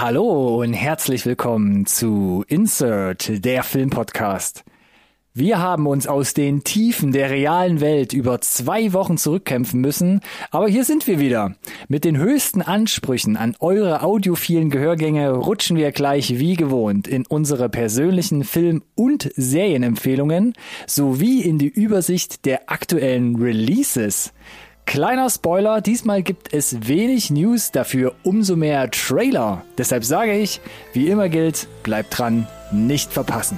Hallo und herzlich willkommen zu Insert, der Filmpodcast. Wir haben uns aus den Tiefen der realen Welt über 2 Wochen zurückkämpfen müssen, aber hier sind wir wieder. Mit den höchsten Ansprüchen an eure audiophilen Gehörgänge rutschen wir gleich wie gewohnt in unsere persönlichen Film- und Serienempfehlungen sowie in die Übersicht der aktuellen Releases. Kleiner Spoiler, diesmal gibt es wenig News, dafür umso mehr Trailer. Deshalb sage ich, wie immer gilt, bleibt dran, nicht verpassen.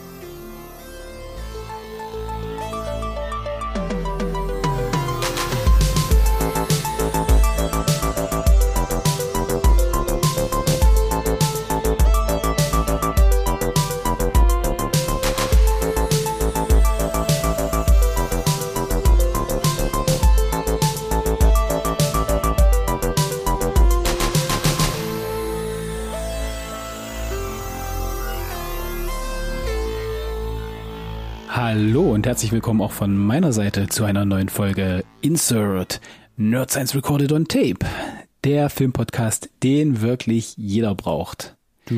Hallo und herzlich willkommen auch von meiner Seite zu einer neuen Folge Insert Nerd Science Recorded on Tape. Der Filmpodcast, den wirklich jeder braucht. Ich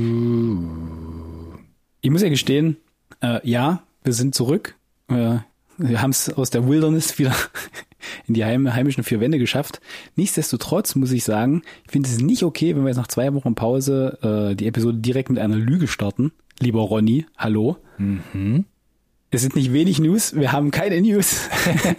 muss ja gestehen, ja, wir sind zurück. Wir haben es aus der Wilderness wieder in die heimischen 4 Wände geschafft. Nichtsdestotrotz muss ich sagen, ich finde es nicht okay, wenn wir jetzt nach 2 Wochen Pause die Episode direkt mit einer Lüge starten. Lieber Ronny, hallo. Es sind nicht wenig News, wir haben keine News.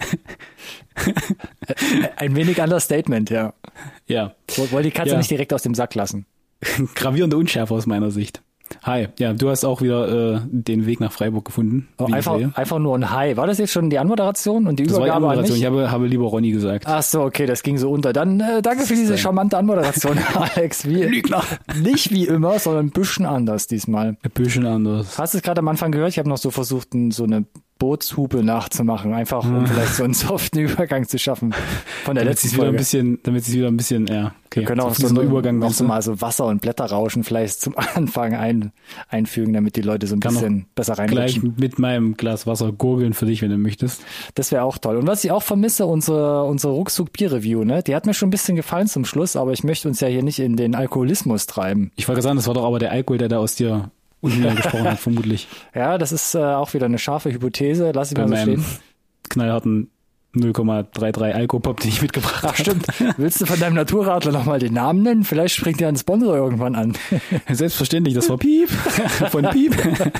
Ein wenig Understatement, ja. Ja. Wollte die Katze nicht direkt aus dem Sack lassen. Gravierende Unschärfe aus meiner Sicht. Hi, ja, du hast auch wieder den Weg nach Freiburg gefunden. Einfach nur ein Hi. War das jetzt schon die Anmoderation und die das Übergabe war die Anmoderation. an mich? Ich habe lieber Ronny gesagt. Ach so, okay, das ging so unter. Dann danke für diese charmante Anmoderation, Alex. Lügner. Nicht wie immer, sondern ein bisschen anders diesmal. Ein bisschen anders. Hast du es gerade am Anfang gehört? Ich habe noch so versucht, so eine Bootshupe nachzumachen, einfach um vielleicht so einen soften Übergang zu schaffen von der letzten Folge. Damit es wieder ein bisschen, ja, okay. Wir können auch so einen Übergang noch so mal so Wasser- und Blätterrauschen vielleicht zum Anfang einfügen, damit die Leute so ein bisschen besser reinrutschen. Gleich mit meinem Glas Wasser gurgeln für dich, wenn du möchtest. Das wäre auch toll. Und was ich auch vermisse, unsere Ruckzuck-Bier-Review, ne? Die hat mir schon ein bisschen gefallen zum Schluss, aber ich möchte uns ja hier nicht in den Alkoholismus treiben. Ich wollte sagen, das war doch aber der Alkohol, der da aus dir unten gesprochen hat, vermutlich. Ja, das ist auch wieder eine scharfe Hypothese. Lass ich mal so stehen. Knallharten 0,33 Alkopop, den ich mitgebracht habe. Ach stimmt. Willst du von deinem Naturradler nochmal den Namen nennen? Vielleicht springt dir ein Sponsor irgendwann an. Selbstverständlich, das war Piep. Von Piep.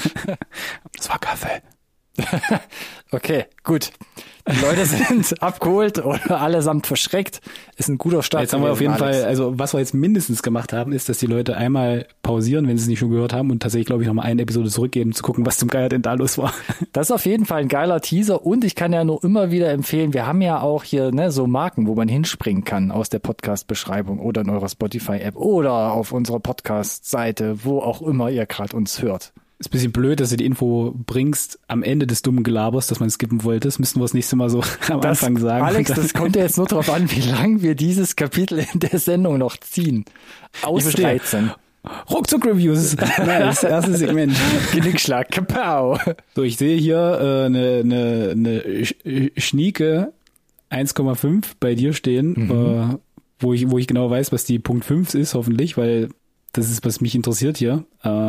Das war Kaffee. Okay, gut. Die Leute sind abgeholt oder allesamt verschreckt. Ist ein guter Start. Jetzt haben wir auf jeden Fall, also was wir jetzt mindestens gemacht haben, ist, dass die Leute einmal pausieren, wenn sie es nicht schon gehört haben und tatsächlich, glaube ich, nochmal eine Episode zurückgeben, zu gucken, was zum Geier denn da los war. Das ist auf jeden Fall ein geiler Teaser und ich kann ja nur immer wieder empfehlen, wir haben ja auch hier so Marken, wo man hinspringen kann aus der Podcast-Beschreibung oder in eurer Spotify-App oder auf unserer Podcast-Seite, wo auch immer ihr gerade uns hört. Ist ein bisschen blöd, dass du die Info bringst am Ende des dummen Gelabers, dass man skippen wollte. Das müssten wir das nächste Mal so am Anfang sagen. Alex, das kommt ja jetzt nur darauf an, wie lang wir dieses Kapitel in der Sendung noch ziehen. Aus 13. Ruckzuck-Reviews. Das erste Segment. Genickschlag. Kapow. So, ich sehe hier eine schnieke 1,5 bei dir stehen, wo ich genau weiß, was die Punkt 5 ist, hoffentlich, weil das ist, was mich interessiert hier.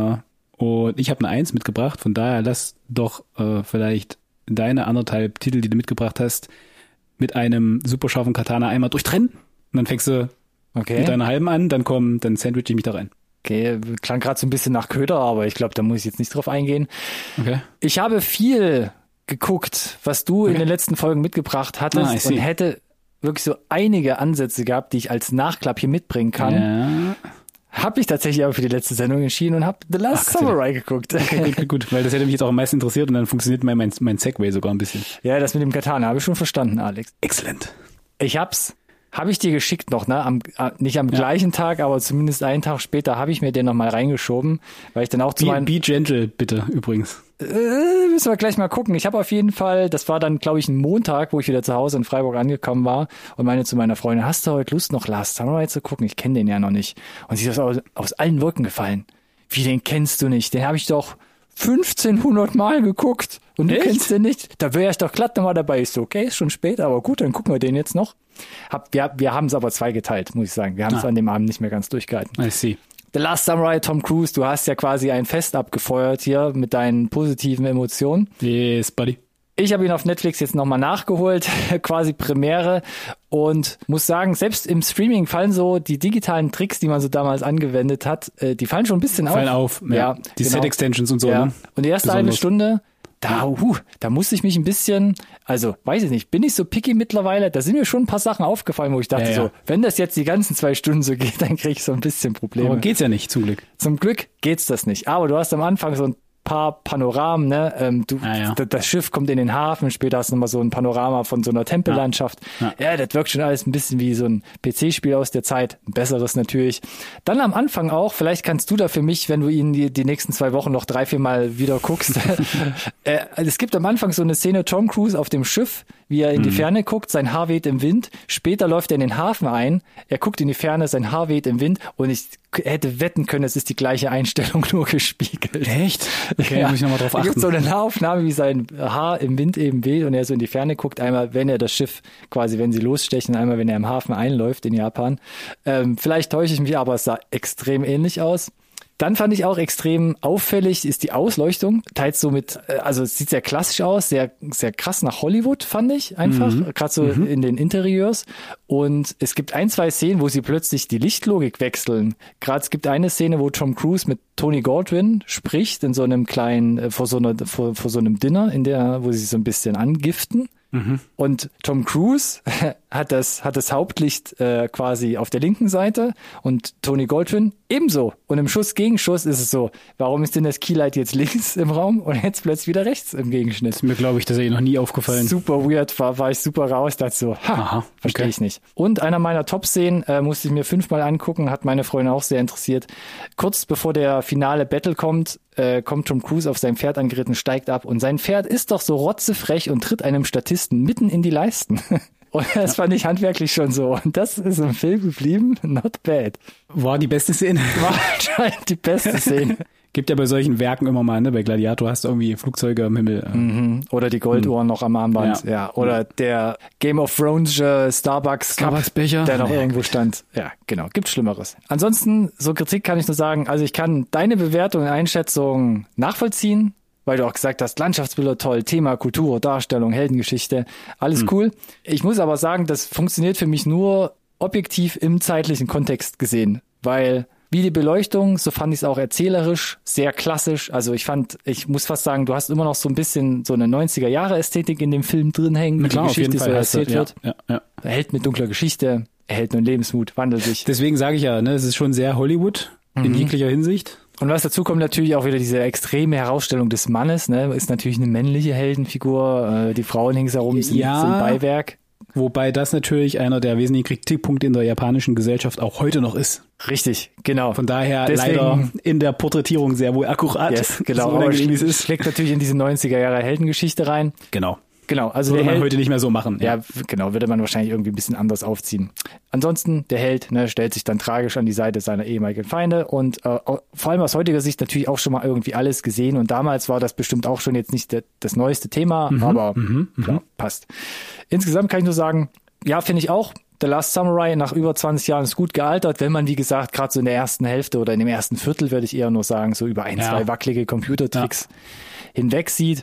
Und ich habe eine 1 mitgebracht, von daher lass doch vielleicht deine 1,5 Titel, die du mitgebracht hast, mit einem super scharfen Katana einmal durchtrennen. Und dann fängst du mit deiner halben an, dann sandwich ich mich da rein. Okay, klang gerade so ein bisschen nach Köder, aber ich glaube, da muss ich jetzt nicht drauf eingehen. Okay. Ich habe viel geguckt, was du in den letzten Folgen mitgebracht hattest und hätte wirklich so einige Ansätze gehabt, die ich als Nachklapp hier mitbringen kann. Ja. Habe ich tatsächlich aber für die letzte Sendung entschieden und habe The Last Samurai geguckt. Okay, gut, weil das hätte mich jetzt auch am meisten interessiert und dann funktioniert mein Segway sogar ein bisschen. Ja, das mit dem Katana habe ich schon verstanden, Alex. Excellent. Habe ich dir geschickt noch, ne? Nicht am gleichen Tag, aber zumindest einen Tag später habe ich mir den nochmal reingeschoben, weil ich dann auch Be gentle, bitte, übrigens. Müssen wir gleich mal gucken. Ich habe auf jeden Fall, das war dann, glaube ich, ein Montag, wo ich wieder zu Hause in Freiburg angekommen war und meinte zu meiner Freundin, hast du heute Lust, noch Last Samurai zu gucken? Ich kenne den ja noch nicht. Und sie ist aus allen Wolken gefallen. Wie, den kennst du nicht? Den habe ich doch 1500 Mal geguckt und du kennst den nicht? Da wäre ich doch glatt nochmal dabei. Ich so, okay, ist schon spät, aber gut, dann gucken wir den jetzt noch. Wir haben es aber 2 geteilt, muss ich sagen. Wir haben es an dem Abend nicht mehr ganz durchgehalten. I see. The Last Samurai, Tom Cruise, du hast ja quasi ein Fest abgefeuert hier mit deinen positiven Emotionen. Yes, buddy. Ich habe ihn auf Netflix jetzt nochmal nachgeholt, quasi Premiere, und muss sagen, selbst im Streaming fallen so die digitalen Tricks, die man so damals angewendet hat, die fallen schon ein bisschen auf. Fallen auf, ja. Die genau. Set-Extensions und so, ja. ne? Und die erste halbe Stunde, da musste ich mich ein bisschen, also weiß ich nicht, bin ich so picky mittlerweile, da sind mir schon ein paar Sachen aufgefallen, wo ich dachte so, wenn das jetzt die ganzen 2 Stunden so geht, dann kriege ich so ein bisschen Probleme. Aber geht's ja nicht, zum Glück. Zum Glück geht's das nicht, aber du hast am Anfang so ein paar Panoramen, ne? Das Schiff kommt in den Hafen, später hast du nochmal so ein Panorama von so einer Tempellandschaft. Ja, das wirkt schon alles ein bisschen wie so ein PC-Spiel aus der Zeit, ein besseres natürlich. Dann am Anfang auch, vielleicht kannst du da für mich, wenn du ihn die nächsten 2 Wochen noch 3-4 Mal wieder guckst, es gibt am Anfang so eine Szene, Tom Cruise auf dem Schiff, wie er in die Ferne guckt, sein Haar weht im Wind, später läuft er in den Hafen ein, er guckt in die Ferne, sein Haar weht im Wind, und ich hätte wetten können, es ist die gleiche Einstellung, nur gespiegelt. Echt? Okay, muss ich nochmal drauf achten. Da gibt so eine Nahaufnahme, wie sein Haar im Wind eben weht und er so in die Ferne guckt, einmal wenn er das Schiff quasi, wenn sie losstechen, einmal wenn er im Hafen einläuft in Japan. Vielleicht täusche ich mich, aber es sah extrem ähnlich aus. Dann fand ich auch extrem auffällig ist die Ausleuchtung, teils so mit, also es sieht sehr klassisch aus, sehr sehr krass nach Hollywood, fand ich einfach, gerade so in den Interieurs. Und es gibt 1, 2 Szenen, wo sie plötzlich die Lichtlogik wechseln. Gerade es gibt eine Szene, wo Tom Cruise mit Tony Goldwyn spricht in so einem kleinen, vor so einem Dinner, wo sie so ein bisschen angiften. Und Tom Cruise hat das Hauptlicht quasi auf der linken Seite und Tony Goldwyn ebenso. Und im Schuss-Gegenschuss ist es so, warum ist denn das Keylight jetzt links im Raum und jetzt plötzlich wieder rechts im Gegenschnitt? Ist mir, glaube ich, das noch nie aufgefallen. Super weird, war ich super raus, dachte so, verstehe ich nicht. Und einer meiner Top-Szenen musste ich mir 5-mal angucken, hat meine Freundin auch sehr interessiert. Kurz bevor der finale Battle kommt Tom Cruise auf sein Pferd angeritten, steigt ab und sein Pferd ist doch so rotzefrech und tritt einem Statisten mitten in die Leisten. Und das fand ich handwerklich schon so. Und das ist im Film geblieben, not bad. War die beste Szene. War anscheinend die beste Szene. Gibt ja bei solchen Werken immer mal, ne? Bei Gladiator hast du irgendwie Flugzeuge im Himmel. Oder die Golduhren noch am Armband. Ja. Oder der Game of Thrones Starbucks Becher, der noch irgendwo stand. Ja, genau. Gibt Schlimmeres. Ansonsten, so Kritik kann ich nur sagen, also ich kann deine Bewertung und Einschätzung nachvollziehen, weil du auch gesagt hast, Landschaftsbilder toll, Thema, Kultur, Darstellung, Heldengeschichte, alles cool. Ich muss aber sagen, das funktioniert für mich nur objektiv im zeitlichen Kontext gesehen, weil wie die Beleuchtung, so fand ich es auch erzählerisch, sehr klassisch. Also ich muss fast sagen, du hast immer noch so ein bisschen so eine 90er-Jahre-Ästhetik in dem Film drin hängen, wie die Geschichte so erzählt wird. Ja. Er hält mit dunkler Geschichte, er hält nur Lebensmut, wandelt sich. Deswegen sage ich ja, ne, es ist schon sehr Hollywood in jeglicher Hinsicht. Und was dazu kommt, natürlich auch wieder diese extreme Herausstellung des Mannes, ne, ist natürlich eine männliche Heldenfigur, die Frauen ringsherum sind Beiwerk. Wobei das natürlich einer der wesentlichen Kritikpunkte in der japanischen Gesellschaft auch heute noch ist. Richtig, genau. Von daher leider in der Porträtierung sehr wohl akkurat. Yes, genau, aber es schlägt natürlich in diese 90er-Jahre-Heldengeschichte rein. Genau, also würde man heute nicht mehr so machen. Ja, genau, würde man wahrscheinlich irgendwie ein bisschen anders aufziehen. Ansonsten, der Held stellt sich dann tragisch an die Seite seiner ehemaligen Feinde und vor allem aus heutiger Sicht natürlich auch schon mal irgendwie alles gesehen und damals war das bestimmt auch schon jetzt nicht das neueste Thema, aber klar, passt. Insgesamt kann ich nur sagen, ja, finde ich auch, The Last Samurai nach über 20 Jahren ist gut gealtert, wenn man, wie gesagt, gerade so in der ersten Hälfte oder in dem ersten Viertel, würde ich eher nur sagen, so über 2 wackelige Computertricks hinweg sieht.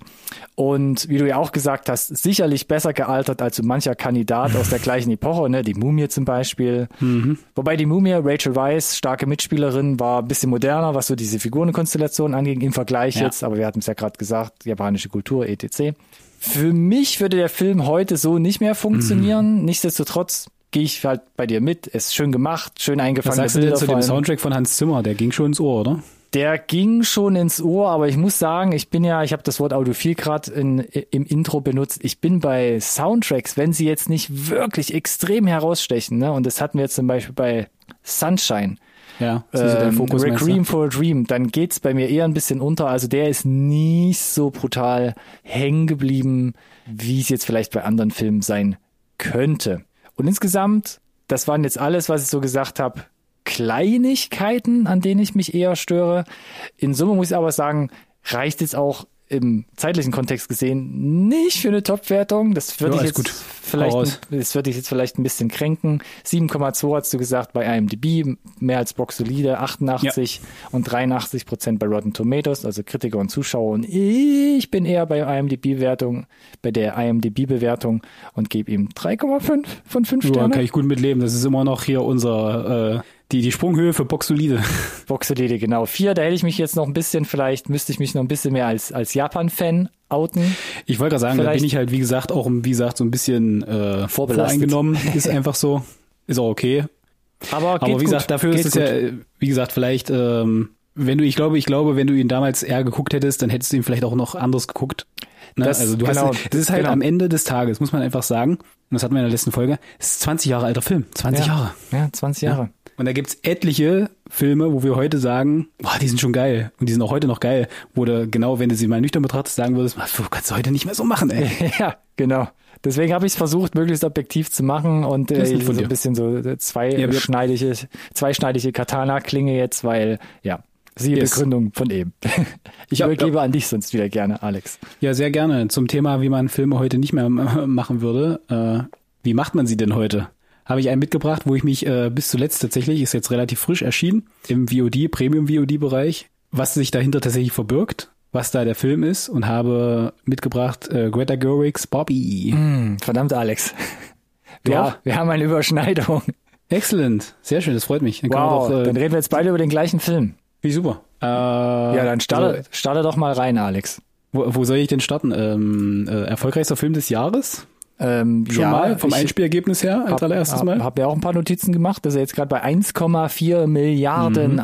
Und wie du ja auch gesagt hast, sicherlich besser gealtert als so mancher Kandidat aus der gleichen Epoche, ne? Die Mumie zum Beispiel. Wobei die Mumie, Rachel Weisz, starke Mitspielerin, war ein bisschen moderner, was so diese Figurenkonstellation anging im Vergleich jetzt, aber wir hatten es ja gerade gesagt, japanische Kultur, etc. Für mich würde der Film heute so nicht mehr funktionieren. Nichtsdestotrotz gehe ich halt bei dir mit. Es ist schön gemacht, schön eingefangen. Was sagst du denn zu dem Soundtrack von Hans Zimmer? Der ging schon ins Ohr, oder? Der ging schon ins Ohr, aber ich muss sagen, ich habe das Wort Audiophil gerade im Intro benutzt. Ich bin bei Soundtracks, wenn sie jetzt nicht wirklich extrem herausstechen, ne? Und das hatten wir jetzt zum Beispiel bei Sunshine. Ja, dein Fokus Requiem for a Dream, dann geht's bei mir eher ein bisschen unter. Also der ist nicht so brutal hängen geblieben, wie es jetzt vielleicht bei anderen Filmen sein könnte. Und insgesamt, das waren jetzt alles, was ich so gesagt habe, Kleinigkeiten, an denen ich mich eher störe. In Summe muss ich aber sagen, reicht jetzt auch im zeitlichen Kontext gesehen nicht für eine Top-Wertung. Das würde ich jetzt vielleicht ein bisschen kränken. 7,2 hast du gesagt bei IMDb, mehr als boxsolide, 88 und 83% bei Rotten Tomatoes, also Kritiker und Zuschauer. Und ich bin eher bei der IMDb-Bewertung und gebe ihm 3,5 von 5 Sternen. Kann ich gut mitleben. Das ist immer noch hier unser die Sprunghöhe für Boxsolide. Boxsolide, genau. 4, da hätte ich mich jetzt noch ein bisschen, vielleicht müsste ich mich noch ein bisschen mehr als Japan-Fan outen. Ich wollte gerade sagen, da bin ich halt, wie gesagt, so ein bisschen voreingenommen. Ist einfach so. Ist auch okay. Aber wie gesagt, dafür ist es ja, wie gesagt, vielleicht, wenn du ihn damals eher geguckt hättest, dann hättest du ihn vielleicht auch noch anders geguckt. Ne? Das ist halt am Ende des Tages, muss man einfach sagen, und das hatten wir in der letzten Folge, es ist 20 Jahre alter Film. 20 Jahre. Ja, 20 Jahre. Ja. Und da gibt's etliche Filme, wo wir heute sagen, boah, die sind schon geil. Und die sind auch heute noch geil. Wo du, genau, wenn du sie mal nüchtern betrachtest, sagen würdest, du kannst du heute nicht mehr so machen, ey. Ja, genau. Deswegen habe ich es versucht, möglichst objektiv zu machen und so ein bisschen so zweischneidige Katana-Klinge jetzt, weil, siehe Begründung von eben. Ich übergebe an dich sonst wieder gerne, Alex. Ja, sehr gerne. Zum Thema, wie man Filme heute nicht mehr machen würde. Wie macht man sie denn heute? Habe ich einen mitgebracht, wo ich mich bis zuletzt tatsächlich, ist jetzt relativ frisch erschienen, im Premium-VOD-Bereich, was sich dahinter tatsächlich verbirgt, was da der Film ist, und habe mitgebracht Greta Gerwigs Barbie. Verdammt, Alex. Wir haben eine Überschneidung. Excellent. Sehr schön, das freut mich. Dann dann reden wir jetzt beide über den gleichen Film. Wie super. Dann starte doch mal rein, Alex. Wo soll ich denn starten? Erfolgreichster Film des Jahres? Schon mal vom Einspielergebnis her als allererstes Mal? Hab ja auch ein paar Notizen gemacht, dass er jetzt gerade bei 1,4 Milliarden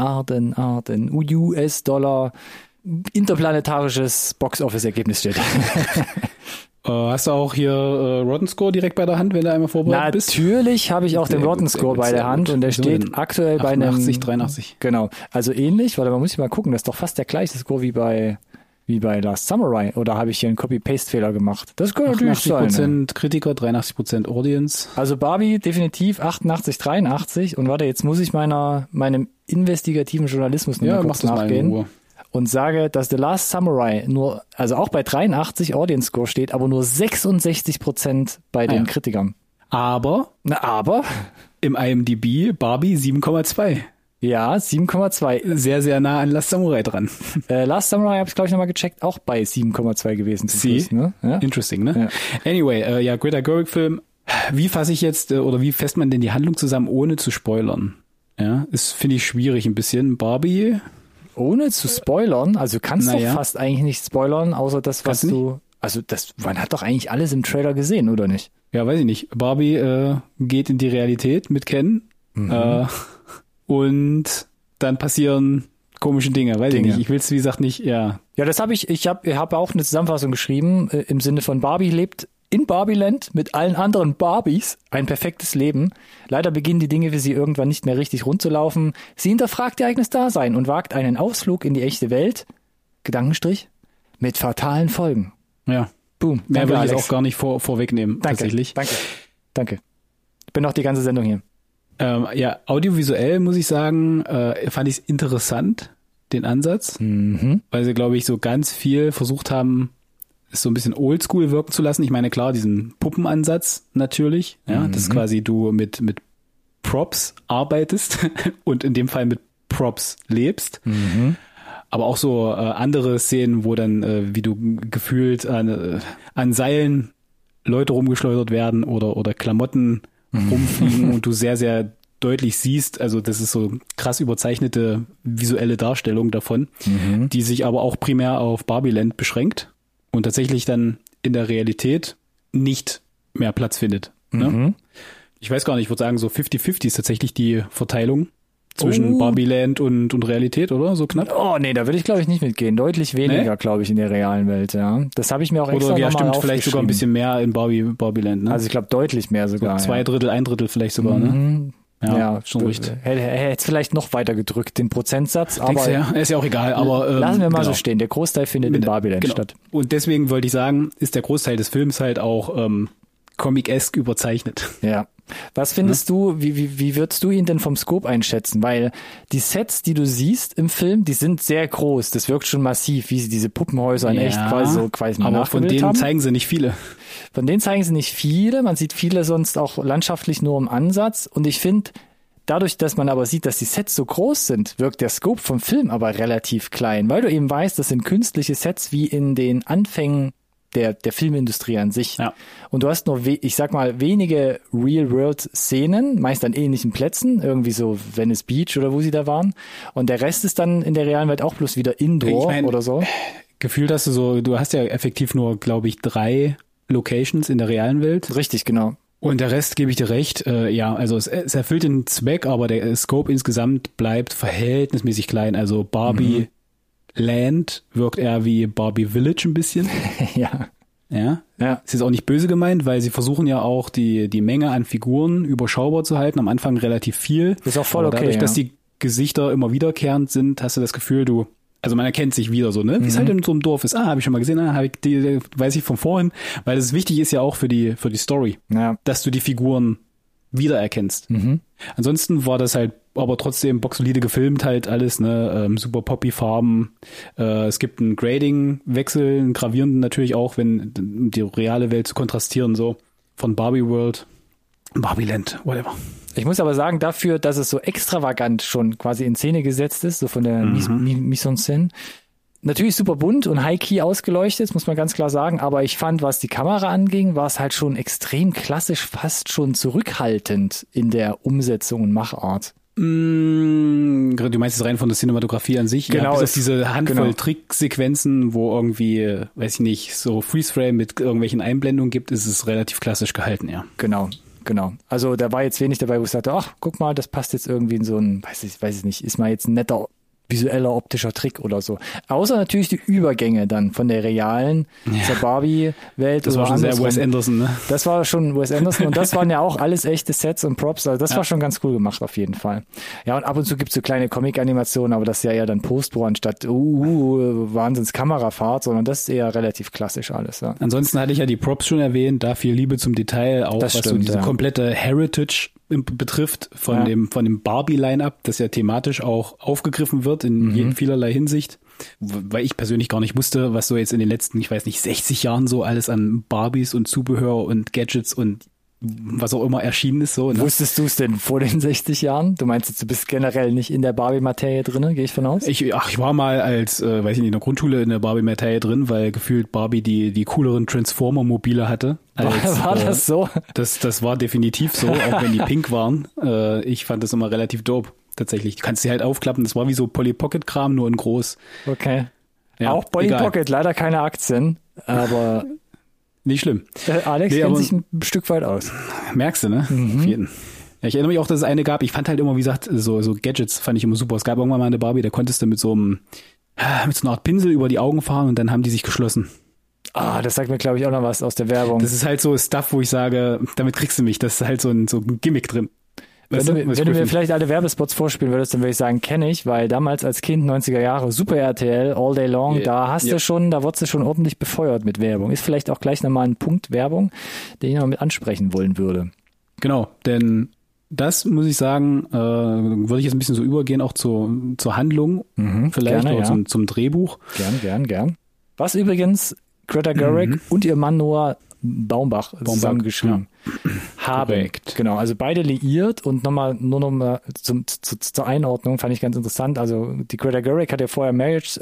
US-Dollar interplanetarisches Box-Office-Ergebnis steht. Hast du auch hier Rotten Score direkt bei der Hand, wenn du einmal vorbereitet bist? Natürlich habe ich auch den Rotten Score bei der Hand und der steht aktuell bei einem 83. Genau, also ähnlich, weil man muss mal gucken, das ist doch fast der gleiche Score wie bei Last Samurai, oder habe ich hier einen Copy-Paste-Fehler gemacht? Das kann natürlich sein. 80% Kritiker, 83% Audience. Also Barbie definitiv 88, 83 und warte, jetzt muss ich meinem investigativen Journalismus noch mal kurz nachgehen und sage, dass The Last Samurai also auch bei 83 Audience Score steht, aber nur 66% bei den Kritikern. Aber im IMDb Barbie 7,2. Ja, 7,2. Sehr, sehr nah an Last Samurai dran. Last Samurai habe ich, glaube ich, nochmal gecheckt, auch bei 7,2 gewesen. Ne? Ja? Interesting, ne? Ja. Anyway, Greta Gerwig-Film. Wie fasse ich jetzt, oder wie fasst man denn die Handlung zusammen, ohne zu spoilern? Ja, das finde ich schwierig ein bisschen. Barbie. Ohne zu spoilern? Also kannst du fast eigentlich nicht spoilern, außer das, was du... Also man hat doch eigentlich alles im Trailer gesehen, oder nicht? Ja, weiß ich nicht. Barbie geht in die Realität mit Ken. Und dann passieren komische Dinge, weiß ich nicht. Ich will es, wie gesagt, nicht, Ja, das habe ich habe auch eine Zusammenfassung geschrieben, im Sinne von Barbie lebt in Barbieland mit allen anderen Barbies ein perfektes Leben. Leider beginnen die Dinge für sie irgendwann nicht mehr richtig rund zu laufen. Sie hinterfragt ihr eigenes Dasein und wagt einen Ausflug in die echte Welt, Gedankenstrich, mit fatalen Folgen. Ja. Boom. Mehr will ich jetzt auch gar nicht vorwegnehmen, tatsächlich. Danke. Ich bin noch die ganze Sendung hier. Audiovisuell muss ich sagen, fand ich es interessant, den Ansatz, weil sie, glaube ich, so ganz viel versucht haben, es so ein bisschen oldschool wirken zu lassen. Ich meine, klar, diesen Puppenansatz natürlich, dass quasi du mit Props arbeitest und in dem Fall mit Props lebst. Aber auch so andere Szenen, wo dann, wie du gefühlt an Seilen Leute rumgeschleudert werden oder Klamotten rumfliegen und du sehr, sehr deutlich siehst, also das ist so krass überzeichnete visuelle Darstellung davon, die sich aber auch primär auf Barbieland beschränkt und tatsächlich dann in der Realität nicht mehr Platz findet. Ne? Ich weiß gar nicht, ich würde sagen, so 50-50 ist tatsächlich die Verteilung zwischen Barbieland und Realität, oder? So knapp? Oh, nee, da würde ich, glaube ich, nicht mitgehen. Deutlich weniger, glaube ich, in der realen Welt, ja. Das habe ich mir auch extra nochmal aufgeschrieben. Oder vielleicht sogar ein bisschen mehr in Barbieland, ne? Also ich glaube, deutlich mehr sogar. So 2/3, 1/3 vielleicht sogar, ne? Ja, schon richtig. Hätte es vielleicht noch weiter gedrückt, den Prozentsatz, aber... Ist ja auch egal, aber... lassen wir mal so stehen. Der Großteil findet in Barbieland statt. Und deswegen wollte ich sagen, ist der Großteil des Films halt auch comic-esque überzeichnet. Ja. Was findest du, wie würdest du ihn denn vom Scope einschätzen? Weil die Sets, die du siehst im Film, die sind sehr groß. Das wirkt schon massiv, wie sie diese Puppenhäuser in echt quasi aber von denen haben. Zeigen sie nicht viele. Von denen zeigen sie nicht viele. Man sieht viele sonst auch landschaftlich nur im Ansatz. Und ich finde, dadurch, dass man aber sieht, dass die Sets so groß sind, wirkt der Scope vom Film aber relativ klein, weil du eben weißt, das sind künstliche Sets wie in den Anfängen der Filmindustrie an sich. Ja. Und du hast nur, ich sag mal, wenige Real-World-Szenen, meist an ähnlichen Plätzen, irgendwie so Venice Beach oder wo sie da waren. Und der Rest ist dann in der realen Welt auch bloß wieder Indoor oder so. Gefühlt hast du hast ja effektiv nur, glaube ich, 3 Locations in der realen Welt. Richtig, genau. Und der Rest, gebe ich dir recht, also es erfüllt den Zweck, aber der Scope insgesamt bleibt verhältnismäßig klein. Also Barbie Land wirkt eher wie Barbie Village ein bisschen. Ja. Ja. Es ist auch nicht böse gemeint, weil sie versuchen ja auch die Menge an Figuren überschaubar zu halten. Am Anfang relativ viel. Ist auch voll okay. Dadurch, dass die Gesichter immer wiederkehrend sind, hast du das Gefühl, also man erkennt sich wieder so, ne? Wie es halt in so einem Dorf ist. Habe ich schon mal gesehen, weiß ich von vorhin. Weil das wichtig ist ja auch für die Story, dass du die Figuren wiedererkennst. Ansonsten war das halt aber trotzdem boxsolide gefilmt halt alles, ne, super Poppy-Farben. Es gibt einen Grading-Wechsel, einen gravierenden natürlich auch, um die reale Welt zu kontrastieren, so von Barbie World, Barbie Land, whatever. Ich muss aber sagen, dafür, dass es so extravagant schon quasi in Szene gesetzt ist, so von der Mise en Scène, natürlich super bunt und high-key ausgeleuchtet, muss man ganz klar sagen, aber ich fand, was die Kamera anging, war es halt schon extrem klassisch, fast schon zurückhaltend in der Umsetzung und Machart. Du meinst es rein von der Cinematografie an sich? Genau. Bis auf diese Handvoll Tricksequenzen, wo irgendwie, weiß ich nicht, so Freeze-Frame mit irgendwelchen Einblendungen gibt, ist es relativ klassisch gehalten, ja. Genau. Also da war jetzt wenig dabei, wo ich sagte, ach, guck mal, das passt jetzt irgendwie in so ein, weiß ich nicht, ist mal jetzt ein netter visueller optischer Trick oder so. Außer natürlich die Übergänge dann von der realen zur Barbie-Welt. Das war schon sehr Wes Anderson, ne? Das war schon Wes Anderson und das waren ja auch alles echte Sets und Props. Also das war schon ganz cool gemacht auf jeden Fall. Ja, und ab und zu gibt's so kleine Comic-Animationen, aber das ist ja eher dann Post-Pro anstatt Wahnsinns-Kamerafahrt, sondern das ist eher relativ klassisch alles. Ja. Ansonsten hatte ich ja die Props schon erwähnt, da viel Liebe zum Detail, auch das was stimmt, so diese komplette Heritage betrifft von dem Barbie-Line-Up, das ja thematisch auch aufgegriffen wird in vielerlei Hinsicht, weil ich persönlich gar nicht wusste, was so jetzt in den letzten, ich weiß nicht, 60 Jahren so alles an Barbies und Zubehör und Gadgets und was auch immer erschienen ist. So, ne? Wusstest du es denn vor den 60 Jahren? Du meinst jetzt, du bist generell nicht in der Barbie-Materie drin, gehe ich von aus? Ich war mal als, weiß ich nicht, in der Grundschule in der Barbie-Materie drin, weil gefühlt Barbie die cooleren Transformer-Mobile hatte. War das so? Das war definitiv so, auch wenn die pink waren. Ich fand das immer relativ dope, tatsächlich. Du kannst sie halt aufklappen, das war wie so Polly Pocket-Kram, nur in groß. Okay. Ja, auch Polly Pocket, leider keine Aktien, aber... Nicht schlimm. Alex kennt sich ein Stück weit aus. Merkst du, ne? Auf jeden. Ja, ich erinnere mich auch, dass es eine gab, ich fand halt immer, wie gesagt, so Gadgets fand ich immer super. Es gab irgendwann mal eine Barbie, da konntest du mit so einer Art Pinsel über die Augen fahren und dann haben die sich geschlossen. Das sagt mir, glaube ich, auch noch was aus der Werbung. Das ist halt so Stuff, wo ich sage, damit kriegst du mich. Das ist halt so ein Gimmick drin. Wenn du mir vielleicht alle Werbespots vorspielen würdest, dann würde ich sagen, kenne ich, weil damals als Kind 90er Jahre Super RTL, All Day Long, da wurdest du schon ordentlich befeuert mit Werbung. Ist vielleicht auch gleich nochmal ein Punkt Werbung, den ich noch mit ansprechen wollen würde. Genau, denn das muss ich sagen, würde ich jetzt ein bisschen so übergehen, auch zur Handlung, vielleicht gerne, auch zum Drehbuch. Gern. Was übrigens Greta Gerwig und ihr Mann Noah Baumbach zusammengeschrieben haben. Korrekt. Genau, also beide liiert und nur noch mal zur Einordnung fand ich ganz interessant. Also die Greta Gerwig hat ja vorher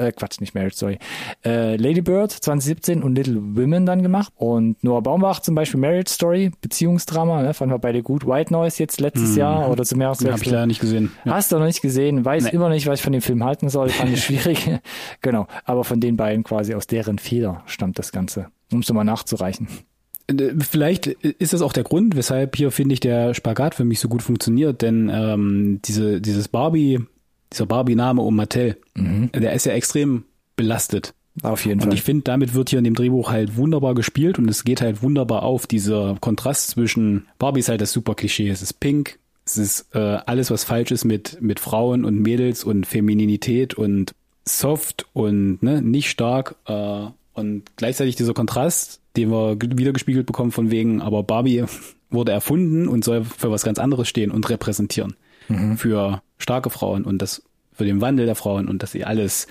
Lady Bird 2017 und Little Women dann gemacht und Noah Baumbach zum Beispiel Marriage Story, Beziehungsdrama, ne, fanden wir beide gut. White Noise jetzt letztes Jahr oder zum Jahreswechsel. Habe ich leider nicht gesehen. Ja. Hast du noch nicht gesehen, weiß immer nicht, was ich von dem Film halten soll, fand ich schwierig. Genau, aber von den beiden quasi aus deren Feder stammt das Ganze, um es mal nachzureichen. Vielleicht ist das auch der Grund, weshalb hier, finde ich, der Spagat für mich so gut funktioniert, denn dieser Barbie-Name um Mattel, der ist ja extrem belastet. Auf jeden Fall. Und ich finde, damit wird hier in dem Drehbuch halt wunderbar gespielt und es geht halt wunderbar auf. Dieser Kontrast zwischen Barbie ist halt das super Klischee, es ist pink, es ist alles, was falsch ist mit Frauen und Mädels und Femininität und soft und nicht stark und gleichzeitig dieser Kontrast, den wir wieder gespiegelt bekommen von wegen, aber Barbie wurde erfunden und soll für was ganz anderes stehen und repräsentieren. Für starke Frauen und das für den Wandel der Frauen und dass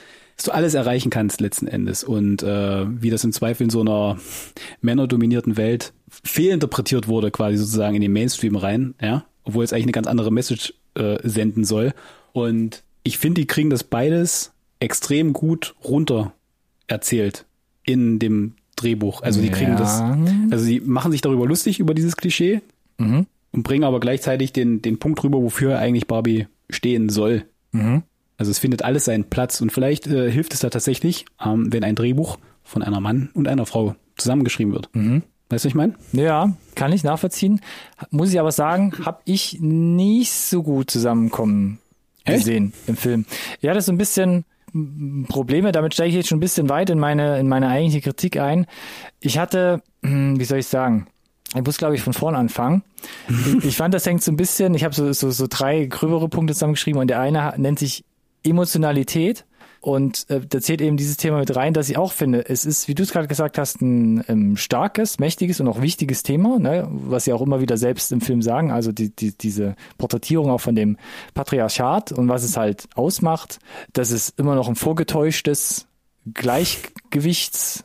du alles erreichen kannst letzten Endes. Und wie das im Zweifel in so einer männerdominierten Welt fehlinterpretiert wurde, quasi sozusagen in den Mainstream rein, ja, obwohl es eigentlich eine ganz andere Message senden soll. Und ich finde, die kriegen das beides extrem gut runter erzählt in dem Drehbuch. Also die kriegen sie machen sich darüber lustig, über dieses Klischee und bringen aber gleichzeitig den Punkt rüber, wofür eigentlich Barbie stehen soll. Also es findet alles seinen Platz und vielleicht hilft es da tatsächlich, wenn ein Drehbuch von einer Mann und einer Frau zusammengeschrieben wird. Weißt du, was ich meine? Ja, kann ich nachvollziehen. Muss ich aber sagen, habe ich nicht so gut zusammenkommen gesehen im Film. Ja, das ist so ein bisschen Probleme, damit steige ich jetzt schon ein bisschen weit in meine eigentliche Kritik ein. Ich hatte, wie soll ich sagen, ich muss, glaube ich, von vorn anfangen. Ich fand, das hängt so ein bisschen, ich habe so 3 gröbere Punkte zusammengeschrieben und der eine nennt sich Emotionalität und da zählt eben dieses Thema mit rein, dass ich auch finde, es ist, wie du es gerade gesagt hast, ein starkes, mächtiges und auch wichtiges Thema, ne, was sie auch immer wieder selbst im Film sagen, also diese Porträtierung auch von dem Patriarchat und was es halt ausmacht, dass es immer noch ein vorgetäuschtes Gleichgewicht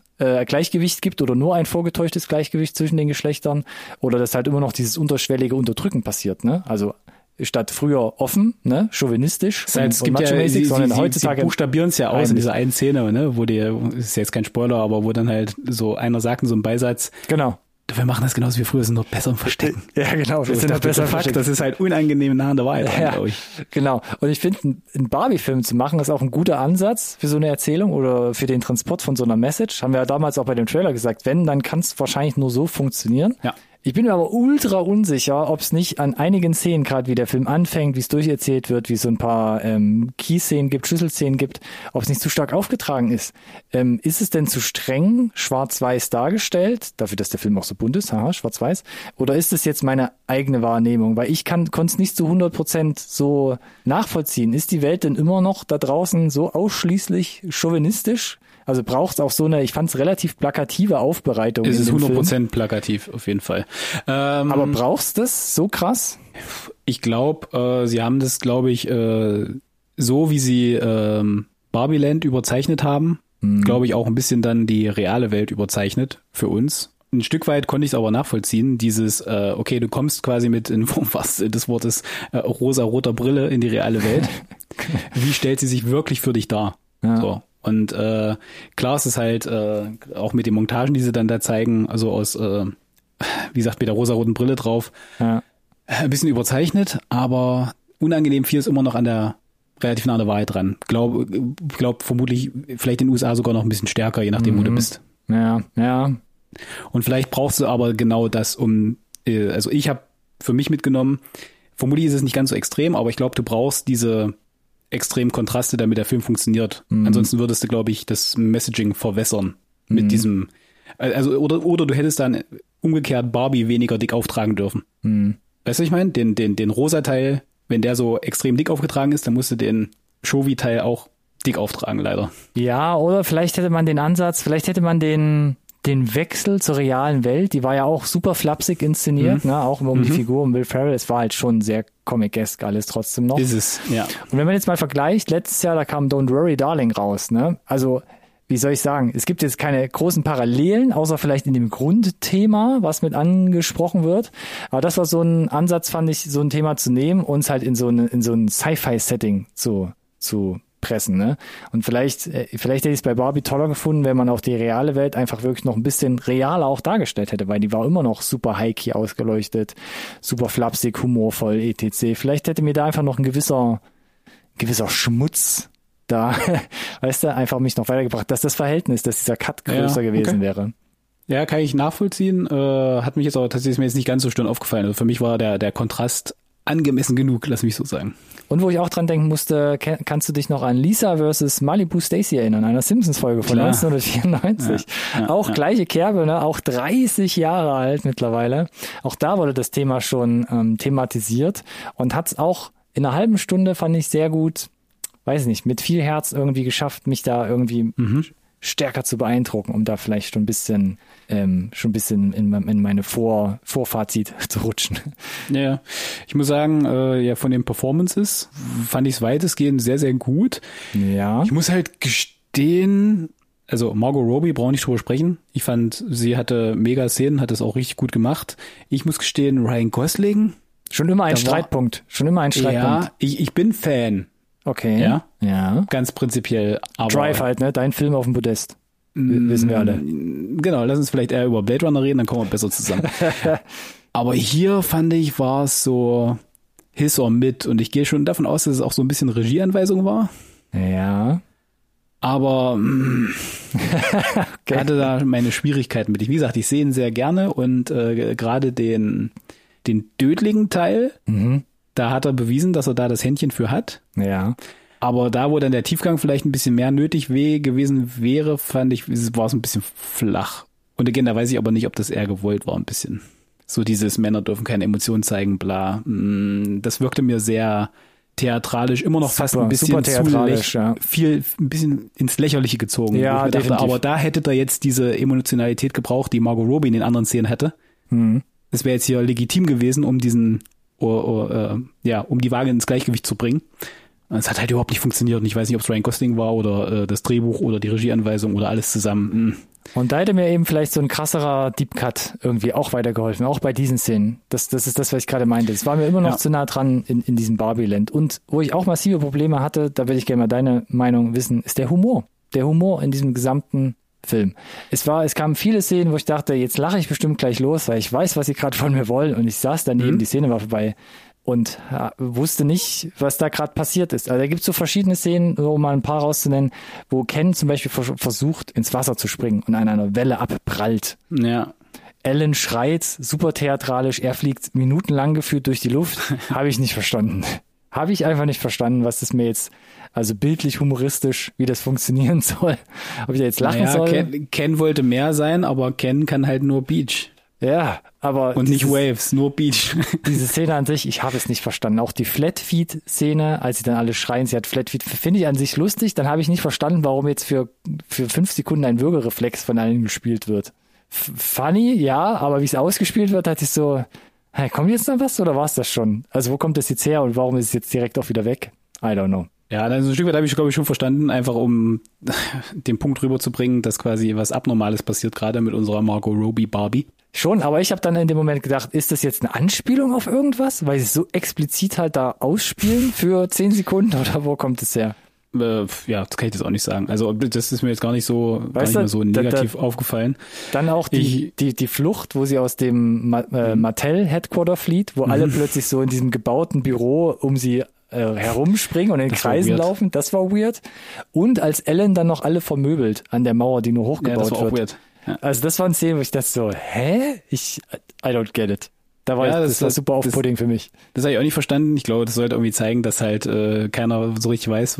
gibt oder nur ein vorgetäuschtes Gleichgewicht zwischen den Geschlechtern oder dass halt immer noch dieses unterschwellige Unterdrücken passiert, ne, also statt früher offen, ne, chauvinistisch und macho-mäßig, sondern heutzutage sie buchstabieren es ja aus in dieser einen Szene, ne, wo ist jetzt kein Spoiler, aber wo dann halt so einer sagt in so einem Beisatz, genau, wir machen das genauso wie früher, sind nur besser im Verstecken. Ja, genau, wir sind noch besser im Verstecken. Das ist halt unangenehm nah an der Wahrheit, glaube ich. Genau, und ich finde, einen Barbie-Film zu machen, ist auch ein guter Ansatz für so eine Erzählung oder für den Transport von so einer Message. Haben wir ja damals auch bei dem Trailer gesagt, dann kann es wahrscheinlich nur so funktionieren. Ja. Ich bin mir aber ultra unsicher, ob es nicht an einigen Szenen, gerade wie der Film anfängt, wie es durcherzählt wird, wie es so ein paar Key-Szenen gibt, Schlüsselszenen gibt, ob es nicht zu stark aufgetragen ist. Ist es denn zu streng schwarz-weiß dargestellt, dafür, dass der Film auch so bunt ist, schwarz-weiß, oder ist es jetzt meine eigene Wahrnehmung? Weil ich konnte es nicht zu 100% so nachvollziehen. Ist die Welt denn immer noch da draußen so ausschließlich chauvinistisch? Also braucht es auch so eine, ich fand es relativ plakative Aufbereitung. Es ist 100% plakativ, auf jeden Fall. Aber brauchst du das so krass? Ich glaube, sie haben das, glaube ich, so wie sie Barbieland überzeichnet haben, glaube ich auch ein bisschen dann die reale Welt überzeichnet für uns. Ein Stück weit konnte ich es aber nachvollziehen, dieses, okay, du kommst quasi mit, in Form des Wortes, rosa-roter Brille in die reale Welt. Wie stellt sie sich wirklich für dich dar? Ja. So. Und klar ist es halt auch mit den Montagen, die sie dann da zeigen, also aus, wie gesagt, mit der rosaroten Brille drauf, ein bisschen überzeichnet, aber unangenehm viel ist immer noch relativ nah an der Wahrheit dran. Glaub vermutlich vielleicht in den USA sogar noch ein bisschen stärker, je nachdem, wo du bist. Ja. Und vielleicht brauchst du aber genau das, also ich habe für mich mitgenommen, vermutlich ist es nicht ganz so extrem, aber ich glaube, du brauchst diese extrem Kontraste, damit der Film funktioniert. Ansonsten würdest du, glaube ich, das Messaging verwässern mit diesem, also oder du hättest dann umgekehrt Barbie weniger dick auftragen dürfen. Weißt du, was ich meine? Den rosa Teil, wenn der so extrem dick aufgetragen ist, dann musst du den Chauvi-Teil auch dick auftragen, leider. Ja, oder vielleicht hätte man den Wechsel zur realen Welt, die war ja auch super flapsig inszeniert, ne, auch um die Figur um Will Ferrell, es war halt schon sehr comic-esque alles trotzdem noch. Ist es, ja. Und wenn man jetzt mal vergleicht, letztes Jahr, da kam Don't Worry Darling raus, ne, also, wie soll ich sagen, es gibt jetzt keine großen Parallelen, außer vielleicht in dem Grundthema, was mit angesprochen wird, aber das war so ein Ansatz, fand ich, so ein Thema zu nehmen, uns halt in so ein Sci-Fi-Setting zu pressen, ne? Und vielleicht hätte ich es bei Barbie toller gefunden, wenn man auch die reale Welt einfach wirklich noch ein bisschen realer auch dargestellt hätte, weil die war immer noch super high-key ausgeleuchtet, super flapsig, humorvoll, etc. Vielleicht hätte mir da einfach noch ein gewisser Schmutz da, weißt du, einfach mich noch weitergebracht, dass das Verhältnis, dass dieser Cut größer gewesen wäre. Ja, kann ich nachvollziehen. Hat mich jetzt aber tatsächlich mir jetzt nicht ganz so störend aufgefallen. Also für mich war der Kontrast angemessen genug, lass mich so sagen. Und wo ich auch dran denken musste, kannst du dich noch an Lisa vs. Malibu Stacy erinnern, einer Simpsons-Folge von 1994. Ja, gleiche Kerbe, ne? Auch 30 Jahre alt mittlerweile. Auch da wurde das Thema schon thematisiert und hat es auch in einer halben Stunde, fand ich sehr gut, weiß nicht, mit viel Herz irgendwie geschafft, mich da irgendwie stärker zu beeindrucken, um da vielleicht schon ein bisschen in meine Vorfazit zu rutschen. Ja, ich muss sagen, ja, von den Performances fand ich es weitestgehend sehr, sehr gut. Ja. Ich muss halt gestehen, also Margot Robbie brauche nicht drüber sprechen. Ich fand, sie hatte mega Szenen, hat das auch richtig gut gemacht. Ich muss gestehen, Ryan Gosling. Schon immer ein Streitpunkt. Ja, ich bin Fan. Okay. Ja. Ganz prinzipiell. Aber Drive halt, ne? Dein Film auf dem Podest. Wissen wir alle. Genau, lass uns vielleicht eher über Blade Runner reden, dann kommen wir besser zusammen. Aber hier fand ich, war es so His or Mid und ich gehe schon davon aus, dass es auch so ein bisschen Regieanweisung war. Ja. Aber hatte da meine Schwierigkeiten mit. Wie gesagt, ich sehe ihn sehr gerne und gerade den dödeligen Teil, da hat er bewiesen, dass er da das Händchen für hat. Ja. Aber da, wo dann der Tiefgang vielleicht ein bisschen mehr nötig gewesen wäre, fand ich, war es ein bisschen flach. Und again, da weiß ich aber nicht, ob das eher gewollt war, ein bisschen. So dieses Männer dürfen keine Emotionen zeigen, bla. Das wirkte mir sehr theatralisch, immer noch fast ein bisschen theatralisch, ein bisschen ins Lächerliche gezogen. Ja, dachte, aber da hätte er jetzt diese Emotionalität gebraucht, die Margot Robbie in den anderen Szenen hätte. Das wäre jetzt hier legitim gewesen, um um die Waage ins Gleichgewicht zu bringen. Es hat halt überhaupt nicht funktioniert und ich weiß nicht, ob es Ryan Gosling war oder das Drehbuch oder die Regieanweisung oder alles zusammen. Und da hätte mir eben vielleicht so ein krasserer Deep Cut irgendwie auch weitergeholfen, auch bei diesen Szenen. Das ist das, was ich gerade meinte. Es war mir immer noch zu nah dran in diesem Barbie-Land. Und wo ich auch massive Probleme hatte, da will ich gerne mal deine Meinung wissen, ist der Humor. Der Humor in diesem gesamten Film. Es kamen viele Szenen, wo ich dachte, jetzt lache ich bestimmt gleich los, weil ich weiß, was sie gerade von mir wollen. Und ich saß daneben, die Szene war vorbei und wusste nicht, was da gerade passiert ist. Also da gibt es so verschiedene Szenen, um mal ein paar rauszunennen, wo Ken zum Beispiel versucht, ins Wasser zu springen und an einer Welle abprallt. Ja. Ellen schreit, super theatralisch, er fliegt minutenlang gefühlt durch die Luft. Habe ich nicht verstanden. Habe ich einfach nicht verstanden, was das mir jetzt, also bildlich, humoristisch, wie das funktionieren soll. Ob ich da jetzt lachen soll. Ken wollte mehr sein, aber Ken kann halt nur Beach. Ja, aber... Und nicht Waves, nur Beach. Diese Szene an sich, ich habe es nicht verstanden. Auch die Flatfeed-Szene, als sie dann alle schreien, sie hat Flatfeed, finde ich an sich lustig. Dann habe ich nicht verstanden, warum jetzt für 5 Sekunden ein Würgereflex von allen gespielt wird. Funny, ja, aber wie es ausgespielt wird, hatte ich so, hey, kommt jetzt noch was oder war es das schon? Also wo kommt das jetzt her und warum ist es jetzt direkt auch wieder weg? I don't know. Ja, also ein Stück weit habe ich, glaube ich, schon verstanden, einfach um den Punkt rüberzubringen, dass quasi was Abnormales passiert, gerade mit unserer Margot Robbie Barbie. Schon, aber ich habe dann in dem Moment gedacht, ist das jetzt eine Anspielung auf irgendwas? Weil sie so explizit halt da ausspielen für 10 Sekunden oder wo kommt es her? Ja, das kann ich jetzt auch nicht sagen. Also das ist mir jetzt gar nicht mehr so negativ aufgefallen. Dann auch die Flucht, wo sie aus dem Mattel-Headquarter flieht, wo alle plötzlich so in diesem gebauten Büro um sie herumspringen und in Kreisen laufen. Das war weird. Und als Ellen dann noch alle vermöbelt an der Mauer, die nur hochgebaut wird. Ja, das war auch weird. Ja. Also das waren Szenen, wo ich dachte so, I don't get it. Das war super off-putting für mich. Das habe ich auch nicht verstanden. Ich glaube, das sollte irgendwie zeigen, dass halt keiner so richtig weiß,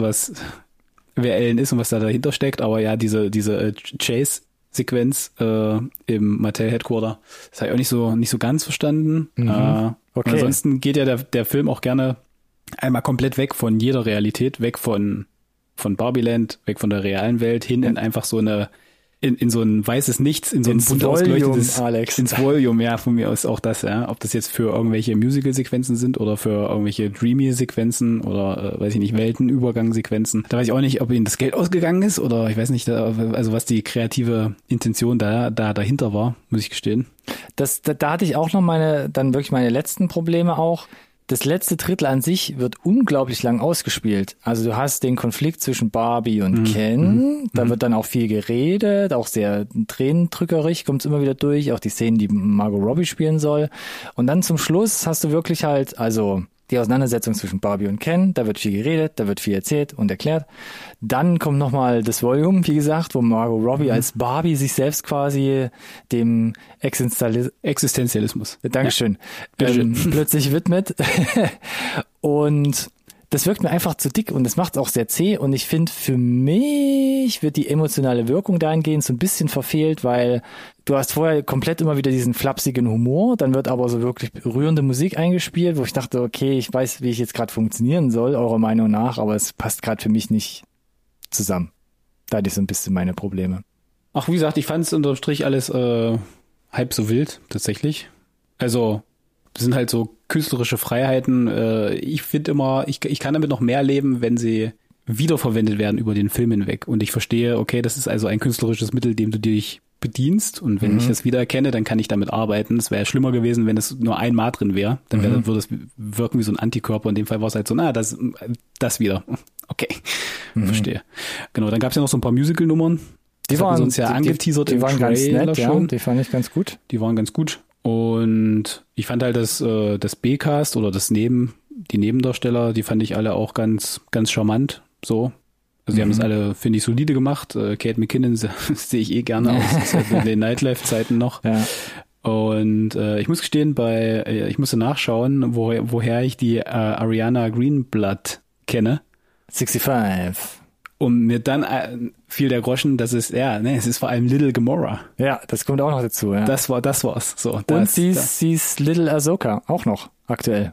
wer Ellen ist und was da dahinter steckt. Aber ja, diese Chase-Sequenz im Mattel-Headquarter, das habe ich auch nicht so ganz verstanden. Okay. Ansonsten geht ja der Film auch gerne einmal komplett weg von jeder Realität, weg von Barbieland, weg von der realen Welt, hin in einfach so eine in so ein weißes Nichts, in so ein bunt ausgeleuchtetes Alex. Ins Volume, ja, von mir aus auch das, ja. Ob das jetzt für irgendwelche Musical-Sequenzen sind oder für irgendwelche Dreamy-Sequenzen oder, weiß ich nicht, Weltenübergang-Sequenzen. Da weiß ich auch nicht, ob ihnen das Geld ausgegangen ist oder ich weiß nicht, also was die kreative Intention da dahinter war, muss ich gestehen. Da hatte ich auch noch meine letzten Probleme auch. Das letzte Drittel an sich wird unglaublich lang ausgespielt. Also du hast den Konflikt zwischen Barbie und Ken. Da wird dann auch viel geredet, auch sehr tränendrückerig, kommt es immer wieder durch. Auch die Szenen, die Margot Robbie spielen soll. Und dann zum Schluss hast du wirklich halt, also die Auseinandersetzung zwischen Barbie und Ken. Da wird viel geredet, da wird viel erzählt und erklärt. Dann kommt nochmal das Volume, wie gesagt, wo Margot Robbie als Barbie sich selbst quasi dem Existenzialismus. Dankeschön. Plötzlich widmet. Und das wirkt mir einfach zu dick und das macht auch sehr zäh und ich finde, für mich wird die emotionale Wirkung dahingehend so ein bisschen verfehlt, weil du hast vorher komplett immer wieder diesen flapsigen Humor, dann wird aber so wirklich rührende Musik eingespielt, wo ich dachte, okay, ich weiß, wie ich jetzt gerade funktionieren soll, eurer Meinung nach, aber es passt gerade für mich nicht zusammen. Da hatte ich so ein bisschen meine Probleme. Ach, wie gesagt, ich fand es unterm Strich alles halb so wild, tatsächlich. Also, das sind halt so künstlerische Freiheiten. Ich finde immer, ich kann damit noch mehr leben, wenn sie wiederverwendet werden über den Film hinweg. Und ich verstehe, okay, das ist also ein künstlerisches Mittel, dem du dich bedienst. Und wenn ich das wiedererkenne, dann kann ich damit arbeiten. Es wäre schlimmer gewesen, wenn es nur einmal drin wäre. Dann würde es wirken wie so ein Antikörper. In dem Fall war es halt so, das wieder. Okay, verstehe. Genau, dann gab es ja noch so ein paar Musical-Nummern. Die waren uns ja angeteasert die im waren ganz Trailer nett, schon. ja, die fand ich ganz gut. Die waren ganz gut. Und ich fand halt das B-Cast oder die Nebendarsteller, die fand ich alle auch ganz, ganz charmant. So. Also die haben das alle, finde ich, solide gemacht. Kate McKinnon sehe ich gerne aus. Das ist halt in den Nightlife-Zeiten noch. Ja. Und ich muss gestehen, ich musste nachschauen, woher ich die Ariana Greenblatt kenne. 65. Und mir dann fiel der Groschen, es ist vor allem Little Gamora. Ja, das kommt auch noch dazu. Ja. Das war's. So, und sie ist Little Ahsoka, auch noch aktuell.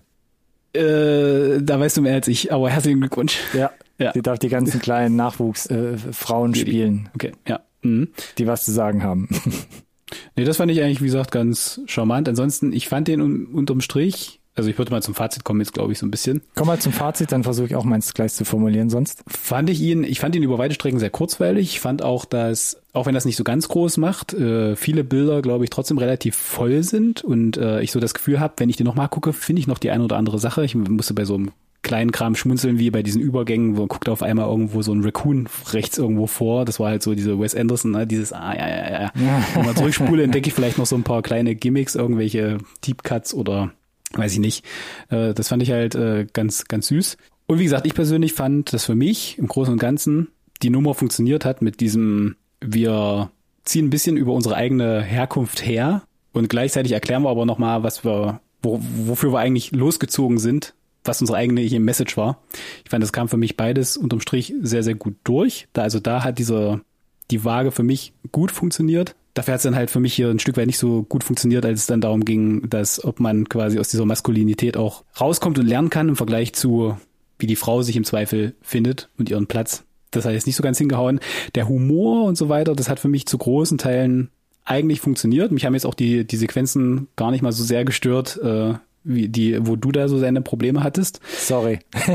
Da weißt du mehr als ich, aber herzlichen Glückwunsch. Ja, sie darf die ganzen kleinen Nachwuchsfrauen spielen. Okay, ja. Die was zu sagen haben. Nee, das fand ich eigentlich, wie gesagt, ganz charmant. Ansonsten, ich fand den unterm Strich, also ich würde mal zum Fazit kommen jetzt, glaube ich, so ein bisschen. Komm mal zum Fazit, dann versuche ich auch meins gleich zu formulieren sonst. Ich fand ihn über weite Strecken sehr kurzweilig. Ich fand auch, dass, auch wenn das nicht so ganz groß macht, viele Bilder, glaube ich, trotzdem relativ voll sind und ich so das Gefühl habe, wenn ich den nochmal gucke, finde ich noch die eine oder andere Sache. Ich musste bei so einem kleinen Kram schmunzeln, wie bei diesen Übergängen, wo guckt auf einmal irgendwo so ein Raccoon rechts irgendwo vor. Das war halt so diese Wes Anderson, ne? Dieses Wenn man zurückspule, entdecke ich vielleicht noch so ein paar kleine Gimmicks, irgendwelche Deep Cuts oder weiß ich nicht. Das fand ich halt ganz, ganz süß. Und wie gesagt, ich persönlich fand, dass für mich im Großen und Ganzen die Nummer funktioniert hat mit diesem, wir ziehen ein bisschen über unsere eigene Herkunft her und gleichzeitig erklären wir aber nochmal, wofür wir eigentlich losgezogen sind, was unsere eigentliche Message war. Ich fand, das kam für mich beides unterm Strich sehr, sehr gut durch. Da hat die Waage für mich gut funktioniert. Dafür hat es dann halt für mich hier ein Stück weit nicht so gut funktioniert, als es dann darum ging, ob man quasi aus dieser Maskulinität auch rauskommt und lernen kann im Vergleich zu, wie die Frau sich im Zweifel findet und ihren Platz. Das hat jetzt nicht so ganz hingehauen. Der Humor und so weiter, das hat für mich zu großen Teilen eigentlich funktioniert. Mich haben jetzt auch die Sequenzen gar nicht mal so sehr gestört, wo du da so deine Probleme hattest. Sorry.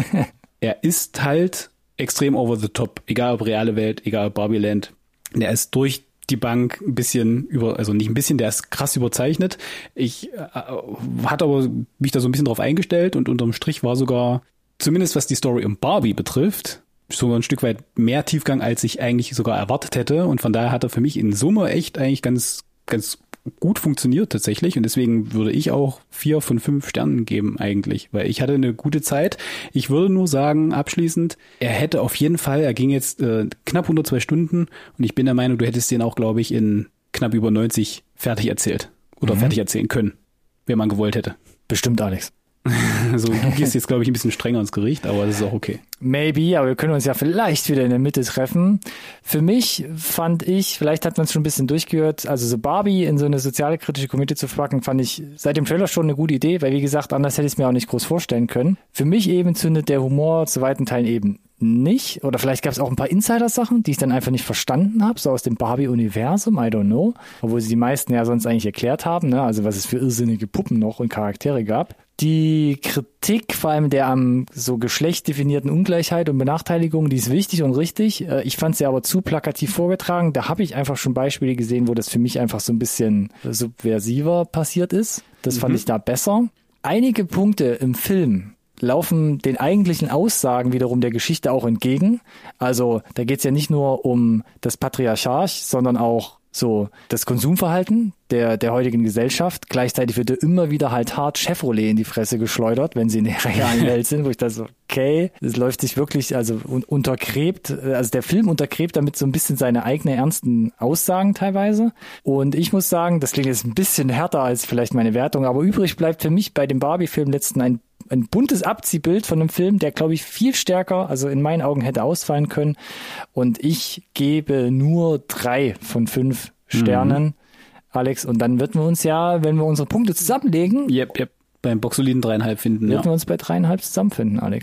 Er ist halt extrem over the top. Egal ob reale Welt, egal ob Barbieland. Der ist durch die Bank ein bisschen also nicht ein bisschen, der ist krass überzeichnet. Ich hatte aber mich da so ein bisschen drauf eingestellt und unterm Strich war sogar, zumindest was die Story um Barbie betrifft, sogar ein Stück weit mehr Tiefgang, als ich eigentlich sogar erwartet hätte. Und von daher hat er für mich in Summe echt eigentlich ganz, ganz gut funktioniert tatsächlich. Und deswegen würde ich auch 4 von 5 Sternen geben eigentlich, weil ich hatte eine gute Zeit. Ich würde nur sagen, abschließend, er ging jetzt knapp unter 2 Stunden und ich bin der Meinung, du hättest den auch, glaube ich, in knapp über 90 fertig erzählt oder fertig erzählen können, wenn man gewollt hätte. Bestimmt, Alex. Also du gehst jetzt, glaube ich, ein bisschen strenger ins Gericht, aber das ist auch okay. Maybe, aber wir können uns ja vielleicht wieder in der Mitte treffen. Für mich fand ich, vielleicht hat man es schon ein bisschen durchgehört, also so Barbie in so eine soziale kritische Komödie zu verpacken, fand ich seit dem Trailer schon eine gute Idee, weil wie gesagt, anders hätte ich es mir auch nicht groß vorstellen können. Für mich eben zündet der Humor zu weiten Teilen eben nicht. Oder vielleicht gab es auch ein paar Insider-Sachen, die ich dann einfach nicht verstanden habe, so aus dem Barbie-Universum, I don't know. Obwohl sie die meisten ja sonst eigentlich erklärt haben, ne? Also was es für irrsinnige Puppen noch und Charaktere gab. Die Kritik, vor allem der am so geschlechtsdefinierten Ungleichheit und Benachteiligung, die ist wichtig und richtig. Ich fand sie aber zu plakativ vorgetragen. Da habe ich einfach schon Beispiele gesehen, wo das für mich einfach so ein bisschen subversiver passiert ist. Das fand ich da besser. Einige Punkte im Film laufen den eigentlichen Aussagen wiederum der Geschichte auch entgegen. Also da geht's ja nicht nur um das Patriarchat, sondern auch so das Konsumverhalten der heutigen Gesellschaft. Gleichzeitig wird immer wieder halt hart Chevrolet in die Fresse geschleudert, wenn sie in der realen Welt sind, wo ich da so, okay, das läuft sich wirklich, also untergräbt, also der Film untergräbt damit so ein bisschen seine eigenen ernsten Aussagen teilweise. Und ich muss sagen, das klingt jetzt ein bisschen härter als vielleicht meine Wertung, aber übrig bleibt für mich bei dem Barbie-Film letzten ein buntes Abziehbild von einem Film, der, glaube ich, viel stärker, also in meinen Augen hätte ausfallen können. Und ich gebe nur 3 von 5 Sternen, Alex. Und dann würden wir uns ja, wenn wir unsere Punkte zusammenlegen, beim boxoliden 3,5 finden. Würden wir uns bei 3,5 zusammenfinden, Alex.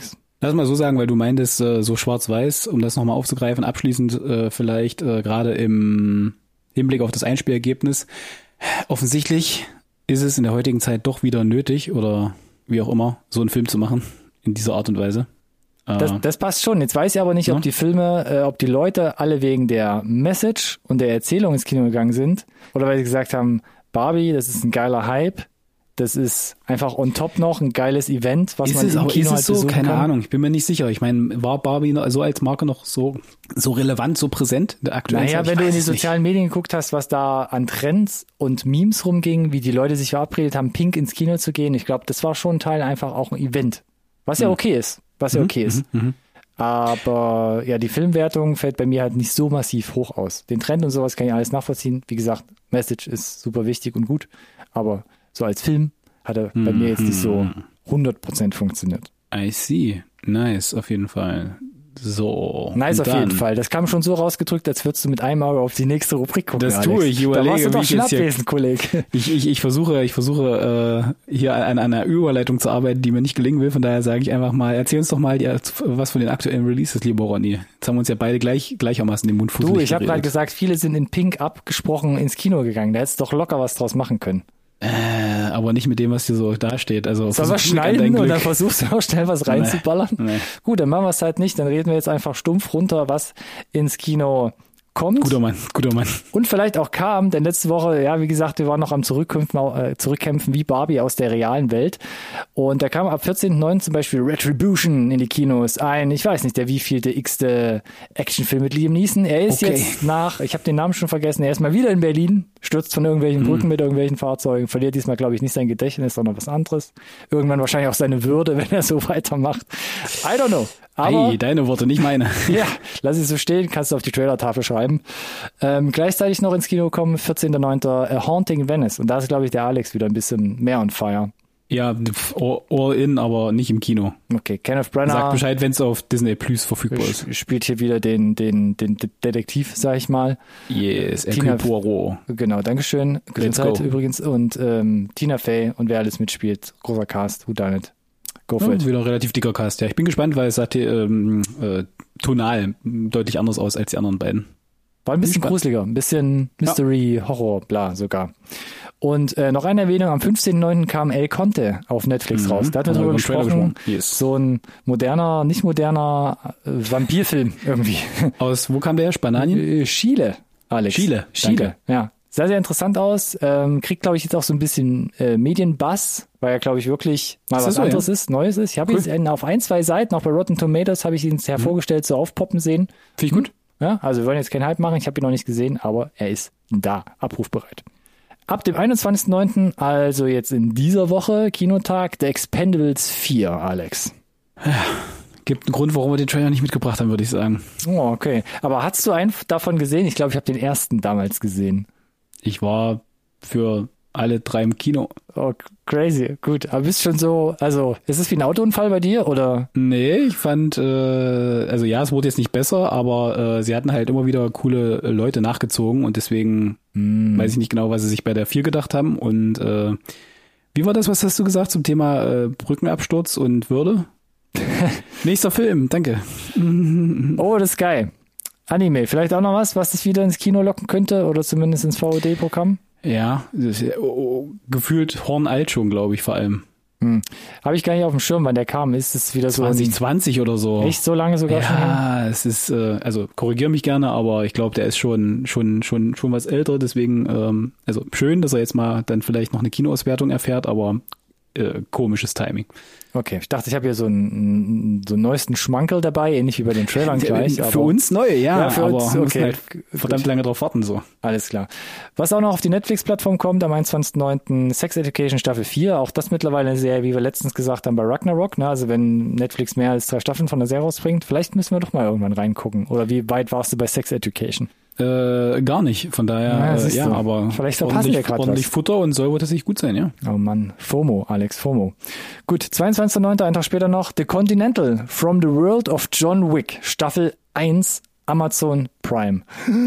Lass mal so sagen, weil du meintest, so schwarz-weiß, um das nochmal aufzugreifen, abschließend vielleicht gerade im Hinblick auf das Einspielergebnis. Offensichtlich ist es in der heutigen Zeit doch wieder nötig oder wie auch immer, so einen Film zu machen in dieser Art und Weise. Das passt schon. Jetzt weiß ich aber nicht, ob die Filme, ob die Leute alle wegen der Message und der Erzählung ins Kino gegangen sind oder weil sie gesagt haben, Barbie, das ist ein geiler Hype. Das ist einfach on top noch ein geiles Event, was man im Kino halt besuchen kann. Keine Ahnung, ich bin mir nicht sicher. Ich meine, war Barbie so als Marke noch so relevant, so präsent in der aktuellen Zeit? Naja, wenn du in die sozialen Medien geguckt hast, was da an Trends und Memes rumging, wie die Leute sich verabredet haben, pink ins Kino zu gehen, ich glaube, das war schon ein Teil einfach auch ein Event. Was ja okay ist. Aber ja, die Filmwertung fällt bei mir halt nicht so massiv hoch aus. Den Trend und sowas kann ich alles nachvollziehen. Wie gesagt, Message ist super wichtig und gut, aber so als Film hat er bei mir jetzt nicht so 100% funktioniert. I see. Nice, auf jeden Fall. So. Nice auf jeden Fall. Das kam schon so rausgedrückt, als würdest du mit einem Auge auf die nächste Rubrik gucken. Das tue ich. Ich überlege, da warst du doch Schnappwesen, Kollege. Ich versuche hier an einer Überleitung zu arbeiten, die mir nicht gelingen will. Von daher sage ich einfach mal, erzähl uns doch mal was von den aktuellen Releases, lieber Ronny. Jetzt haben wir uns ja beide gleichermaßen den Mund fusselig geredet. Ich habe gerade gesagt, viele sind in Pink abgesprochen ins Kino gegangen. Da hättest du doch locker was draus machen können. Aber nicht mit dem, was hier so dasteht. Also sollen wir schneiden und dann versuchst du auch schnell was reinzuballern? Nee. Gut, dann machen wir es halt nicht. Dann reden wir jetzt einfach stumpf runter, was ins Kino kommt. Guter Mann. Und vielleicht auch kam, denn letzte Woche, ja, wie gesagt, wir waren noch am Zurückkämpfen wie Barbie aus der realen Welt. Und da kam ab 14.09. zum Beispiel Retribution in die Kinos. Ich weiß nicht, der wievielte x-te Actionfilm mit Liam Neeson. Er ist jetzt ich habe den Namen schon vergessen, er ist mal wieder in Berlin, stürzt von irgendwelchen Brücken mit irgendwelchen Fahrzeugen, verliert diesmal, glaube ich, nicht sein Gedächtnis, sondern was anderes. Irgendwann wahrscheinlich auch seine Würde, wenn er so weitermacht. I don't know. Aber, deine Worte, nicht meine. Ja, lass es so stehen, kannst du auf die Trailer-Tafel schreiben. Gleichzeitig noch ins Kino kommen, 14.09. A Haunting in Venice. Und da ist, glaube ich, der Alex wieder ein bisschen mehr on fire. Ja, all in, aber nicht im Kino. Okay, Kenneth Branagh. Sag Bescheid, wenn es auf Disney Plus verfügbar ist. Spielt hier wieder den Detektiv, sag ich mal. Yes, Hercule Poirot. Genau, Dankeschön. Gesundheit übrigens. Und Tina Fey und wer alles mitspielt. Großer Cast, who done it? Go for it. Wieder ein relativ dicker Cast, ja. Ich bin gespannt, weil es hat tonal deutlich anders aus als die anderen beiden. War ein bisschen gruseliger, ein bisschen Mystery, Horror, bla sogar. Und noch eine Erwähnung, am 15.09. kam El Conte auf Netflix raus. Da hat man drüber gesprochen. Yes. So ein nicht moderner Vampirfilm irgendwie. Aus, wo kam der her? Spanien? Chile, Alex. Chile, ja. Sah sehr interessant aus. Kriegt, glaube ich, jetzt auch so ein bisschen Medienbuzz, weil er, glaube ich, wirklich mal was anderes ist, Neues ist. Ich habe ihn auf 1-2 Seiten, auch bei Rotten Tomatoes, habe ich ihn hervorgestellt, so aufpoppen sehen. Finde ich gut. Ja, also wir wollen jetzt keinen Hype machen, ich habe ihn noch nicht gesehen, aber er ist da, abrufbereit. Ab dem 21.09., also jetzt in dieser Woche, Kinotag, The Expendables 4, Alex. Ja, gibt einen Grund, warum wir den Trailer nicht mitgebracht haben, würde ich sagen. Oh, okay. Aber hast du einen davon gesehen? Ich glaube, ich habe den ersten damals gesehen. Ich war für alle 3 im Kino. Oh, crazy. Gut. Aber bist schon so, also, ist es wie ein Autounfall bei dir, oder? Nee, ich fand, also ja, es wurde jetzt nicht besser, aber sie hatten halt immer wieder coole Leute nachgezogen und deswegen weiß ich nicht genau, was sie sich bei der 4 gedacht haben. Und wie war das, was hast du gesagt zum Thema Brückenabsturz und Würde? Nächster Film, danke. Oh, das ist geil. Anime, vielleicht auch noch was dich wieder ins Kino locken könnte oder zumindest ins VOD-Programm? Ja, das ist gefühlt hornalt schon, glaube ich, vor allem. Habe ich gar nicht auf dem Schirm, wann der kam. Ist es wieder so 2020 oder so? Echt so lange sogar schon? Ja, es ist, also korrigiere mich gerne, aber ich glaube, der ist schon was älter, deswegen, also schön, dass er jetzt mal dann vielleicht noch eine Kinoauswertung erfährt, aber komisches Timing. Okay, ich dachte, ich habe hier so einen neuesten Schmankerl dabei, ähnlich wie bei den Trailern gleich. Für uns neu, ja, für aber uns, okay. Halt verdammt lange drauf warten so. Alles klar. Was auch noch auf die Netflix-Plattform kommt, am 21.09. Sex Education Staffel 4, auch das mittlerweile eine Serie, wie wir letztens gesagt haben, bei Ragnarok, ne? Also wenn Netflix mehr als 3 Staffeln von der Serie rausbringt, vielleicht müssen wir doch mal irgendwann reingucken. Oder wie weit warst du bei Sex Education? Gar nicht, von daher, ja, aber vielleicht verpassen wir gerade ordentlich Futter und soll wohl tatsächlich gut sein, ja. Oh Mann, FOMO, Alex, FOMO. Gut, 22.09., einen Tag später noch, The Continental, From the World of John Wick, Staffel 1, Amazon Prime.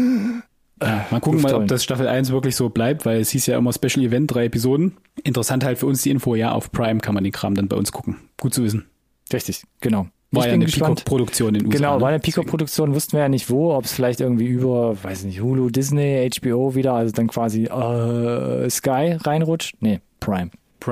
Mal gucken, ob das Staffel 1 wirklich so bleibt, weil es hieß ja immer Special Event, 3 Episoden. Interessant halt für uns die Info, ja, auf Prime kann man den Kram dann bei uns gucken. Gut zu wissen. Richtig, genau. War Ich ja bin eine gespannt. Peacock-Produktion in den USA. Genau, ne? war eine Peacock-Produktion, wussten wir ja nicht wo, ob es vielleicht irgendwie über, weiß nicht, Hulu, Disney, HBO wieder, also dann quasi Sky reinrutscht. Nee, Prime.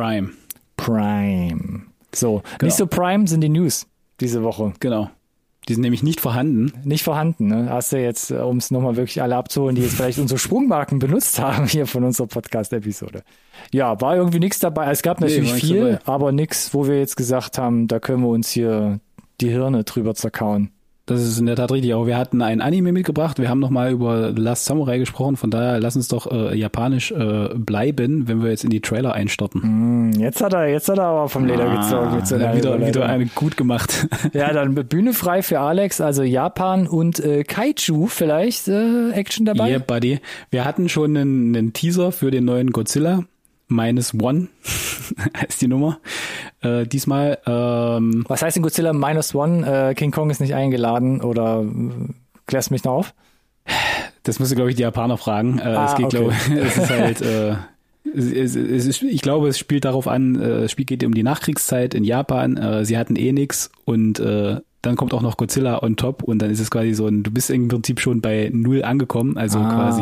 Prime. So, Genau. nicht so Prime sind die News diese Woche. Genau. Die sind nämlich nicht vorhanden. Nicht vorhanden, ne? Hast du jetzt, um es nochmal wirklich alle abzuholen, die jetzt vielleicht unsere Sprungmarken benutzt haben hier von unserer Podcast-Episode. Ja, war irgendwie nichts dabei. Es gab natürlich war nichts viel, dabei. aber nichts, wo wir jetzt gesagt haben, da können wir uns hier die Hirne drüber zerkauen. Das ist in der Tat richtig. Aber wir hatten ein Anime mitgebracht. Wir haben nochmal über The Last Samurai gesprochen. Von daher lass uns doch japanisch bleiben, wenn wir jetzt in die Trailer einstarten. Jetzt hat er aber vom Leder gezogen mit so einer wieder Überleitung. eine gut gemacht. Ja, dann Bühne frei für Alex, also Japan und Kaiju vielleicht, Action dabei? Yeah, buddy. Wir hatten schon einen Teaser für den neuen Godzilla. -1 heißt die Nummer. Diesmal. Was heißt denn Godzilla -1? King Kong ist nicht eingeladen oder klärst du mich noch auf? Das müsste, glaube ich, die Japaner fragen. Es geht, okay. glaube ich, es ist halt, ich glaube, es spielt darauf an, geht um die Nachkriegszeit in Japan. Sie hatten eh nix und dann kommt auch noch Godzilla on top und dann ist es quasi so du bist im Prinzip schon bei 0 angekommen, also quasi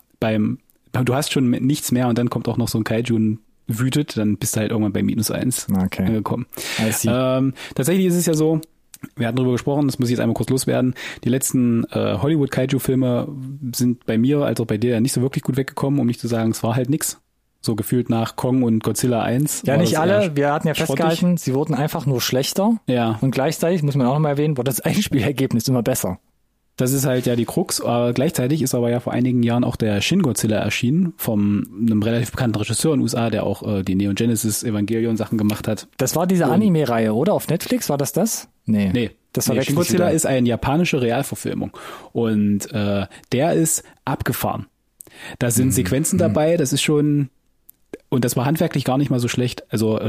du hast schon nichts mehr und dann kommt auch noch so ein Kaiju und wütet, dann bist du halt irgendwann bei -1 angekommen. Tatsächlich ist es ja so, wir hatten darüber gesprochen, das muss ich jetzt einmal kurz loswerden, die letzten Hollywood-Kaiju-Filme sind bei mir, als auch bei dir, nicht so wirklich gut weggekommen, um nicht zu sagen, es war halt nix. So gefühlt nach Kong und Godzilla 1. Ja, nicht alle. Wir hatten ja festgehalten, sie wurden einfach nur schlechter. Ja. Und gleichzeitig, muss man auch nochmal erwähnen, wurde das Einspielergebnis immer besser. Das ist halt ja die Krux. Gleichzeitig ist aber ja vor einigen Jahren auch der Shin Godzilla erschienen, von einem relativ bekannten Regisseur in den USA, der auch die Neon Genesis Evangelion Sachen gemacht hat. Das war diese Anime-Reihe, oder? Auf Netflix war das? Nee. Das war Shin Godzilla ist eine japanische Realverfilmung. Und der ist abgefahren. Da sind Sequenzen dabei, das ist schon, und das war handwerklich gar nicht mal so schlecht. Also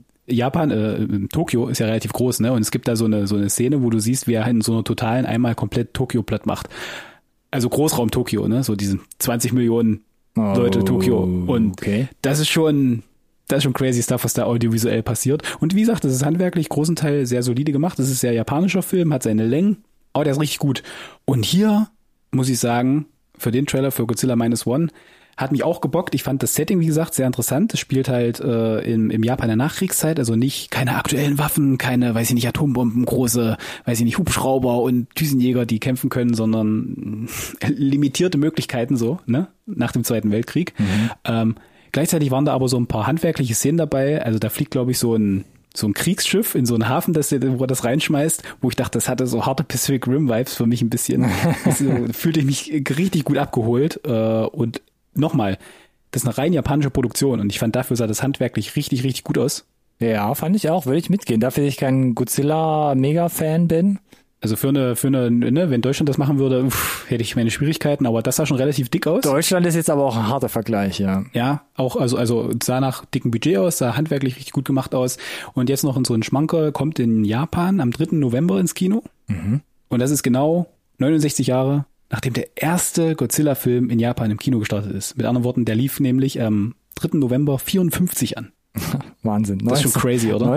Japan, Tokio ist ja relativ groß, ne? Und es gibt da so eine Szene, wo du siehst, wie er in so einer totalen einmal komplett Tokio platt macht. Also Großraum Tokio, ne? So diese 20 Millionen Leute Tokio. Und das ist schon crazy Stuff, was da audiovisuell passiert. Und wie gesagt, das ist handwerklich großen Teil sehr solide gemacht. Das ist sehr japanischer Film, hat seine Längen, aber der ist richtig gut. Und hier muss ich sagen, für den Trailer für Godzilla -1 hat mich auch gebockt. Ich fand das Setting, wie gesagt, sehr interessant. Es spielt halt im Japan der Nachkriegszeit, also keine aktuellen Waffen, keine, weiß ich nicht, Atombomben, große, weiß ich nicht, Hubschrauber und Düsenjäger, die kämpfen können, sondern limitierte Möglichkeiten so, ne, nach dem Zweiten Weltkrieg. Gleichzeitig waren da aber so ein paar handwerkliche Szenen dabei. Also da fliegt, glaube ich, so ein Kriegsschiff in so einen Hafen, wo er das reinschmeißt, wo ich dachte, das hatte so harte Pacific Rim Vibes für mich ein bisschen. Fühlte ich mich richtig gut abgeholt und nochmal, das ist eine rein japanische Produktion und ich fand, dafür sah das handwerklich richtig, richtig gut aus. Ja, fand ich auch, würde ich mitgehen. Dafür, dass ich kein Godzilla-Mega-Fan bin. Also für eine, ne, wenn Deutschland das machen würde, hätte ich meine Schwierigkeiten, aber das sah schon relativ dick aus. Deutschland ist jetzt aber auch ein harter Vergleich, ja. Ja, auch, also sah nach dickem Budget aus, sah handwerklich richtig gut gemacht aus und jetzt noch in so ein Schmankerl, kommt in Japan am 3. November ins Kino. Und das ist genau 69 Jahre nachdem der erste Godzilla-Film in Japan im Kino gestartet ist. Mit anderen Worten, der lief nämlich am 3. November 54 an. Wahnsinn. Das ist schon crazy, oder?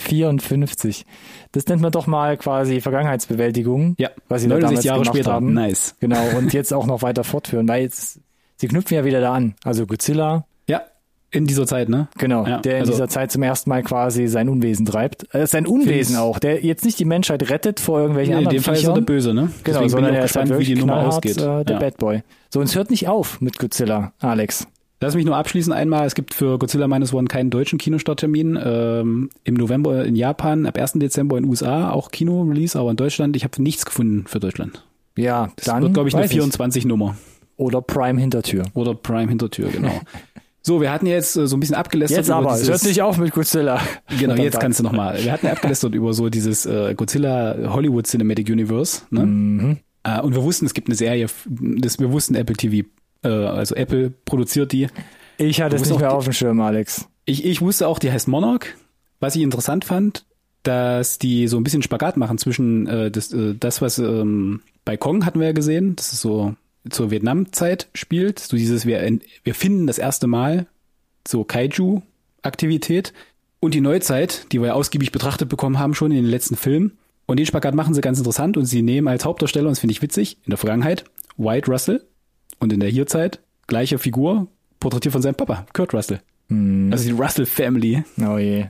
1954. Das nennt man doch mal quasi Vergangenheitsbewältigung. Ja, was sie 69 Jahre gemacht später. Haben. Nice. Genau, und jetzt auch noch weiter fortführen, weil jetzt, sie knüpfen ja wieder da an. Also Godzilla. Ja, in dieser Zeit, ne? Genau, ja, der in dieser Zeit zum ersten Mal quasi sein Unwesen treibt. Sein Unwesen auch, der jetzt nicht die Menschheit rettet vor irgendwelchen anderen in dem Fall ist er der Böse, ne? Genau, Deswegen sondern bin ich auch er ist halt gespannt, wie die Nummer ausgeht. Der Bad Boy. So, und es hört nicht auf mit Godzilla, Alex. Lass mich nur abschließen einmal, es gibt für Godzilla -1 keinen deutschen Kinostarttermin. Im November in Japan, ab 1. Dezember in den USA auch Kino-Release, aber in Deutschland, ich habe nichts gefunden für Deutschland. Ja, das wird, glaube ich, eine 24-Nummer. Oder Prime-Hintertür. Oder Prime-Hintertür, genau. So, wir hatten jetzt so ein bisschen abgelästert. Jetzt aber, es hört nicht auf mit Godzilla. Genau, jetzt kannst du nochmal. Wir hatten ja abgelästert über so dieses Godzilla Hollywood Cinematic Universe. Ne? Und wir wussten, es gibt eine Serie, wir wussten Apple TV, also Apple produziert die. Ich hatte es nicht mehr auf dem Schirm, Alex. Ich wusste auch, die heißt Monarch. Was ich interessant fand, dass die so ein bisschen Spagat machen zwischen das was bei Kong hatten wir ja gesehen, das ist so zur Vietnamzeit spielt, so dieses wir finden das erste Mal so Kaiju-Aktivität und die Neuzeit, die wir ja ausgiebig betrachtet bekommen haben schon in den letzten Filmen, Und den Spagat machen sie ganz interessant und sie nehmen als Hauptdarsteller, und das finde ich witzig, in der Vergangenheit Wyatt Russell und in der Hierzeit gleiche Figur, porträtiert von seinem Papa, Kurt Russell. Also die Russell Family. Oh je.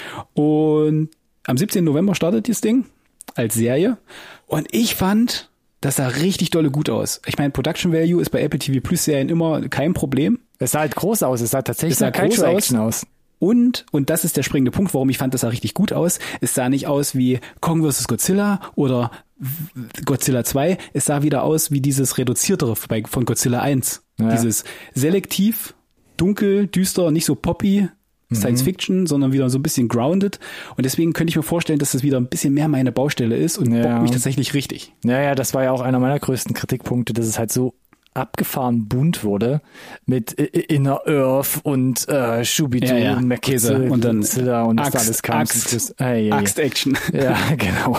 Und am 17. November startet dieses Ding als Serie. Und ich fand, das sah richtig dolle gut aus. Ich meine, Production Value ist bei Apple TV Plus Serien immer kein Problem. Es sah halt groß aus. Es sah tatsächlich nach Kaiju-Action aus. Und das ist der springende Punkt, warum ich fand, das sah richtig gut aus. Es sah nicht aus wie Kong vs. Godzilla oder Godzilla 2. Es sah wieder aus wie dieses reduziertere von Godzilla 1. Ja. Dieses selektiv, dunkel, düster, nicht so poppy, Science Fiction, sondern wieder so ein bisschen grounded. Und deswegen könnte ich mir vorstellen, dass das wieder ein bisschen mehr meine Baustelle ist und bockt mich tatsächlich richtig. Ja, das war ja auch einer meiner größten Kritikpunkte, dass es halt so abgefahren bunt wurde mit Inner Earth und Shubidu und Käse und dann und das alles kam. Axt-Action. Ja, genau.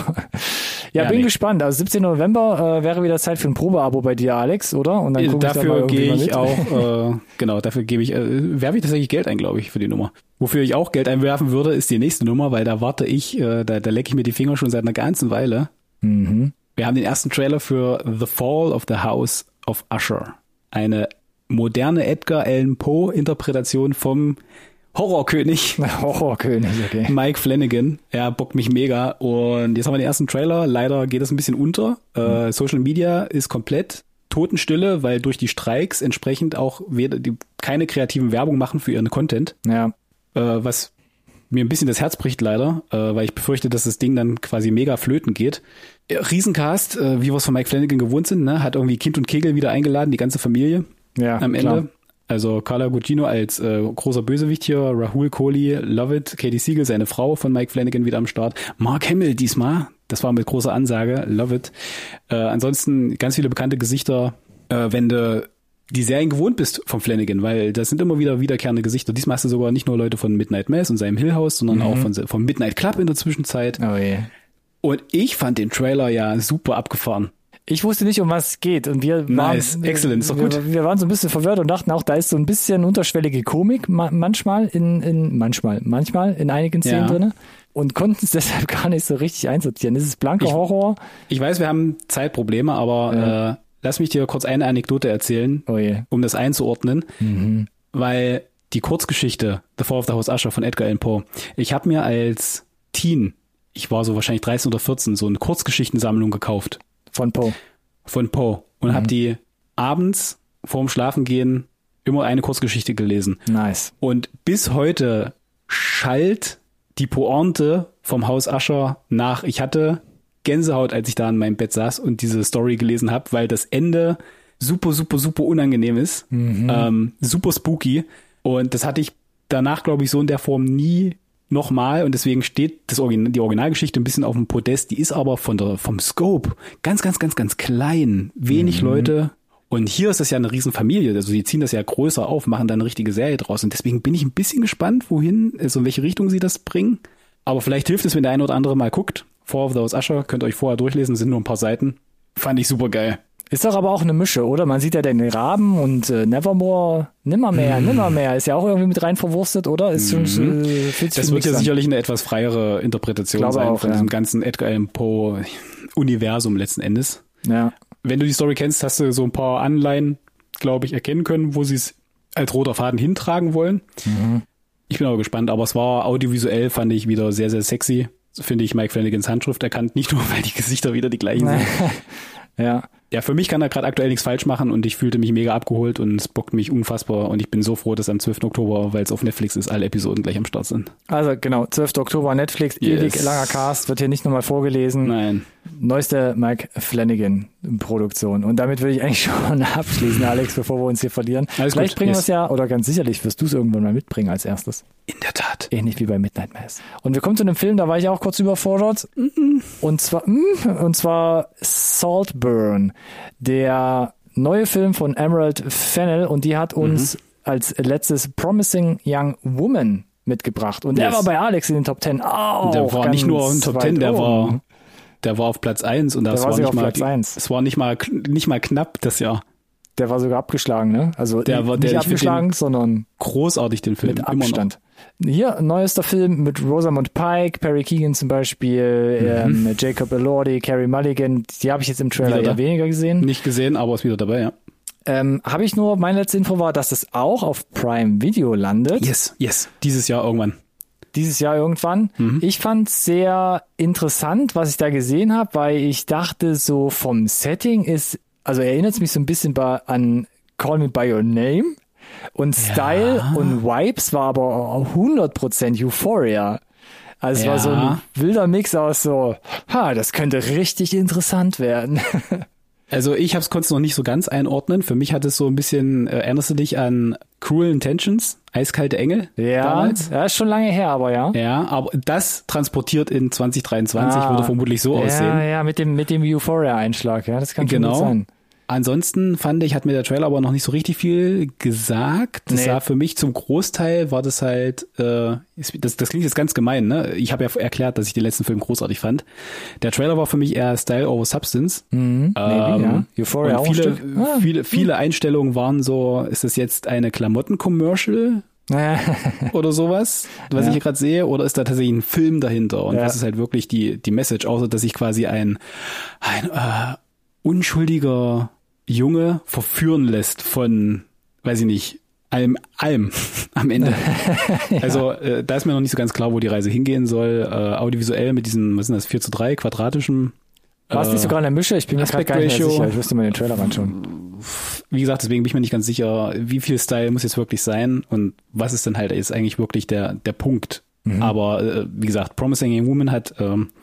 Ja, bin gespannt. Also 17. November wäre wieder Zeit für ein Probeabo bei dir, Alex, oder? Und dann dafür gehe ich auch, dafür werfe ich tatsächlich Geld ein, glaube ich, für die Nummer. Wofür ich auch Geld einwerfen würde, ist die nächste Nummer, weil da warte ich, da lecke ich mir die Finger schon seit einer ganzen Weile. Mhm. Wir haben den ersten Trailer für The Fall of the House of Usher. Eine moderne Edgar Allan Poe Interpretation vom Horrorkönig. Okay. Mike Flanagan. Er bockt mich mega. Und jetzt haben wir den ersten Trailer. Leider geht das ein bisschen unter. Social Media ist komplett Totenstille, weil durch die Streiks entsprechend auch keine kreativen Werbung machen für ihren Content. Ja. Was mir ein bisschen das Herz bricht leider, weil ich befürchte, dass das Ding dann quasi mega flöten geht. Riesencast, wie wir es von Mike Flanagan gewohnt sind, ne? Hat irgendwie Kind und Kegel wieder eingeladen, die ganze Familie am Ende. Klar. Also Carla Gugino als großer Bösewicht hier, Rahul Kohli, Lovett, Katie Siegel, seine Frau von Mike Flanagan wieder am Start. Mark Hamill diesmal, das war mit großer Ansage, Lovett. Ansonsten ganz viele bekannte Gesichter, wenn du die Serien gewohnt bist vom Flanagan, weil das sind immer wieder wiederkehrende Gesichter. Diesmal hast du sogar nicht nur Leute von Midnight Mass und seinem Hill House, sondern auch vom Midnight Club in der Zwischenzeit. Oh je. Und ich fand den Trailer ja super abgefahren. Ich wusste nicht, um was es geht. Und wir excellent, ist doch gut. Wir waren so ein bisschen verwirrt und dachten auch, da ist so ein bisschen unterschwellige Komik manchmal in einigen Szenen drinne und konnten es deshalb gar nicht so richtig einsortieren. Ist es blanker Horror? Ich weiß, wir haben Zeitprobleme, aber lass mich dir kurz eine Anekdote erzählen, um das einzuordnen, weil die Kurzgeschichte The Fall of the House Usher von Edgar Allan Poe, ich habe mir als Teen, ich war so wahrscheinlich 13 oder 14, so eine Kurzgeschichtensammlung gekauft. Von Poe. Und habe die abends vorm Schlafengehen immer eine Kurzgeschichte gelesen. Nice. Und bis heute schallt die Pointe vom Haus Usher nach. Ich hatte Gänsehaut, als ich da in meinem Bett saß und diese Story gelesen habe, weil das Ende super, super, super unangenehm ist. Super spooky. Und das hatte ich danach, glaube ich, so in der Form nie nochmal. Und deswegen steht die Originalgeschichte ein bisschen auf dem Podest. Die ist aber vom Scope ganz, ganz, ganz, ganz klein. Wenig Leute. Und hier ist das ja eine Riesenfamilie. Also die ziehen das ja größer auf, machen da eine richtige Serie draus. Und deswegen bin ich ein bisschen gespannt, in welche Richtung sie das bringen. Aber vielleicht hilft es, wenn der eine oder andere mal guckt. Fall of the House Usher, könnt ihr euch vorher durchlesen, sind nur ein paar Seiten. Fand ich super geil. Ist doch aber auch eine Mische, oder? Man sieht ja den Raben und Nevermore, Nimmermehr ist ja auch irgendwie mit rein verwurstet, oder? Ist schon, das wird ja sicherlich eine etwas freiere Interpretation sein von diesem ganzen Edgar Allan Poe Universum letzten Endes. Ja. Wenn du die Story kennst, hast du so ein paar Anleihen, glaube ich, erkennen können, wo sie es als roter Faden hintragen wollen. Ich bin aber gespannt, aber es war audiovisuell, fand ich wieder sehr, sehr sexy. Finde ich Mike Flanagans Handschrift erkannt, nicht nur, weil die Gesichter wieder die gleichen sind. Ja, für mich kann er gerade aktuell nichts falsch machen und ich fühlte mich mega abgeholt und es bockt mich unfassbar und ich bin so froh, dass am 12. Oktober, weil es auf Netflix ist, alle Episoden gleich am Start sind. Also genau, 12. Oktober Netflix, ewig langer Cast, wird hier nicht nochmal vorgelesen. Nein. Neueste Mike Flanagan Produktion. Und damit würde ich eigentlich schon abschließen, Alex, bevor wir uns hier verlieren. Alles Vielleicht gut. bringen wir es ja, oder ganz sicherlich wirst du es irgendwann mal mitbringen als erstes. In der Tat. Ähnlich wie bei Midnight Mass. Und wir kommen zu einem Film, da war ich auch kurz überfordert. Und zwar Saltburn, der neue Film von Emerald Fennell, und die hat uns als letztes Promising Young Woman mitgebracht. Und der war bei Alex in den Top 10 auch. Der war nicht nur in den Top 10, der war auf Platz 1 und das war nicht mal, es war nicht mal knapp das Jahr. Der war sogar abgeschlagen, ne? Also der nicht abgeschlagen, sondern großartig, den Film. Mit Abstand. Hier, neuester Film mit Rosamund Pike, Perry Keegan zum Beispiel, Jacob Elordi, Carey Mulligan. Die habe ich jetzt im Trailer eher weniger gesehen. Nicht gesehen, aber ist wieder dabei, ja. Habe ich nur, meine letzte Info war, dass es auch auf Prime Video landet. Yes. Dieses Jahr irgendwann. Ich fand es sehr interessant, was ich da gesehen habe, weil ich dachte, so vom Setting erinnert es mich so ein bisschen an Call Me By Your Name. Und Style und Vibes war aber 100% Euphoria. Also es war so ein wilder Mix aus so, das könnte richtig interessant werden. Also ich konnte es noch nicht so ganz einordnen. Für mich hat es so ein bisschen, erinnerst du dich an Cruel Intentions, Eiskalte Engel damals? Ja, ist schon lange her, aber ja. Ja, aber das transportiert in 2023 würde vermutlich so aussehen. Ja, mit dem Euphoria-Einschlag, ja, das kann schon gut sein. Ansonsten fand ich, hat mir der Trailer aber noch nicht so richtig viel gesagt. Das sah für mich zum Großteil, war das halt, das klingt jetzt ganz gemein, ne? Ich habe ja erklärt, dass ich den letzten Film großartig fand. Der Trailer war für mich eher Style over Substance. Euphoria auch viele Einstellungen waren so, ist das jetzt eine Klamotten-Commercial? Oder sowas, was ich hier gerade sehe, oder ist da tatsächlich ein Film dahinter? Und was ist halt wirklich die Message, außer dass ich quasi ein unschuldiger Junge verführen lässt von, weiß ich nicht, allem am Ende. Also da ist mir noch nicht so ganz klar, wo die Reise hingehen soll. Audiovisuell mit diesem, was sind das, 4:3 quadratischen. War es nicht sogar in der Mische? Ich bin mir gerade gar nicht mehr sicher. Ich müsste mal den Trailer anschauen. Wie gesagt, deswegen bin ich mir nicht ganz sicher, wie viel Style muss jetzt wirklich sein und was ist denn halt jetzt eigentlich wirklich der Punkt. Aber wie gesagt, Promising Young Woman hat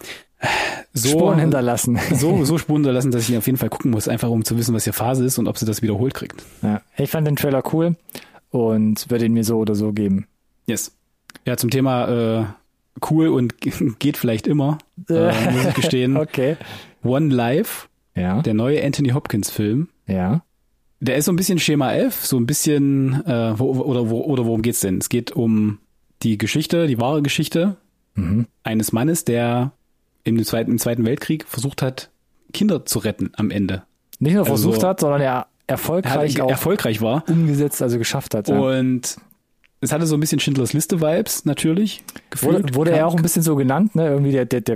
Spuren hinterlassen. So Spuren hinterlassen, dass ich ihn auf jeden Fall gucken muss, einfach um zu wissen, was hier Phase ist und ob sie das wiederholt kriegt. Ja, ich fand den Trailer cool und würde ihn mir so oder so geben. Yes. Ja, zum Thema cool und geht vielleicht immer, muss ich gestehen. Okay. One Life, der neue Anthony Hopkins Film. Ja. Der ist so ein bisschen Schema F, so ein bisschen, worum geht's denn? Es geht um die Geschichte, die wahre Geschichte eines Mannes, der im Zweiten Weltkrieg versucht hat, Kinder zu retten am Ende. Nicht nur versucht hat, sondern er erfolgreich war. Umgesetzt, also geschafft hat. Ja. Und es hatte so ein bisschen Schindlers Liste-Vibes, natürlich. Wurde er auch ein bisschen so genannt, ne? Irgendwie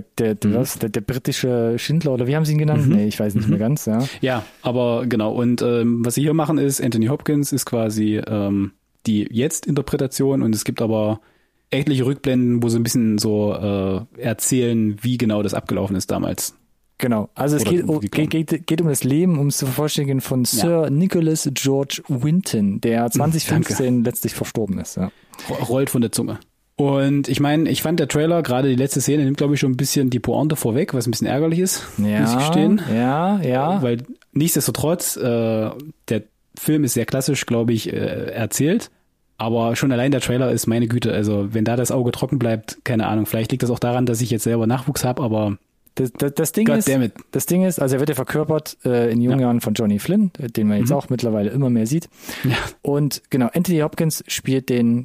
der britische Schindler, oder wie haben sie ihn genannt? Nee, ich weiß nicht mehr ganz, ja. Ja, aber genau. Und was sie hier machen ist, Anthony Hopkins ist quasi die Jetzt-Interpretation und es gibt aber etliche Rückblenden, wo sie ein bisschen so erzählen, wie genau das abgelaufen ist damals. Genau, also es geht um das Leben, um es zu vervollständigen, von Sir Nicholas George Winton, der 2015 letztlich verstorben ist. Ja. Rollt von der Zunge. Und ich meine, ich fand der Trailer, gerade die letzte Szene, nimmt glaube ich schon ein bisschen die Pointe vorweg, was ein bisschen ärgerlich ist, muss ich gestehen. Ja. Weil nichtsdestotrotz, der Film ist sehr klassisch, glaube ich, erzählt. Aber schon allein der Trailer ist meine Güte. Also wenn da das Auge trocken bleibt, keine Ahnung. Vielleicht liegt das auch daran, dass ich jetzt selber Nachwuchs habe, aber das Ding ist, also er wird ja verkörpert in jungen Jahren von Johnny Flynn, den man jetzt auch mittlerweile immer mehr sieht. Ja. Und genau, Anthony Hopkins spielt den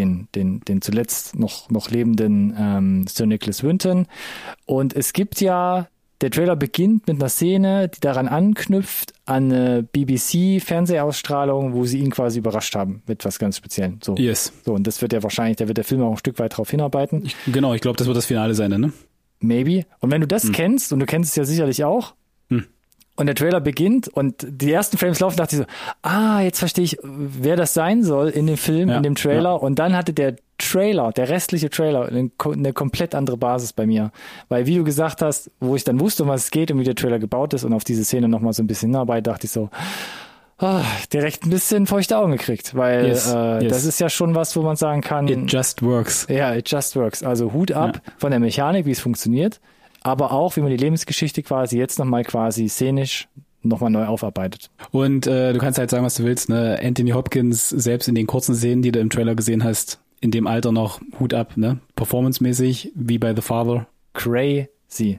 zuletzt noch lebenden Sir Nicholas Winton. Und es gibt ja, der Trailer beginnt mit einer Szene, die daran anknüpft an eine BBC-Fernsehausstrahlung, wo sie ihn quasi überrascht haben mit was ganz Speziellem. So. Yes. So, und das wird ja wahrscheinlich, da wird der Film auch ein Stück weit drauf hinarbeiten. Ich glaube, das wird das Finale sein, ne? Maybe. Und wenn du das kennst, und du kennst es ja sicherlich auch, und der Trailer beginnt und die ersten Frames laufen, dachte ich so, jetzt verstehe ich, wer das sein soll in dem Film, in dem Trailer. Ja. Und dann hatte der restliche Trailer, eine komplett andere Basis bei mir. Weil, wie du gesagt hast, wo ich dann wusste, um was es geht und wie der Trailer gebaut ist und auf diese Szene nochmal so ein bisschen dabei, dachte ich so, direkt ein bisschen feuchte Augen gekriegt, weil das ist ja schon was, wo man sagen kann, it just works. Ja, it just works. Also Hut ab von der Mechanik, wie es funktioniert, aber auch, wie man die Lebensgeschichte quasi jetzt nochmal quasi szenisch nochmal neu aufarbeitet. Und du kannst halt sagen, was du willst, ne? Anthony Hopkins, selbst in den kurzen Szenen, die du im Trailer gesehen hast, in dem Alter noch Hut ab, ne? Performance-mäßig, wie bei The Father. Crazy.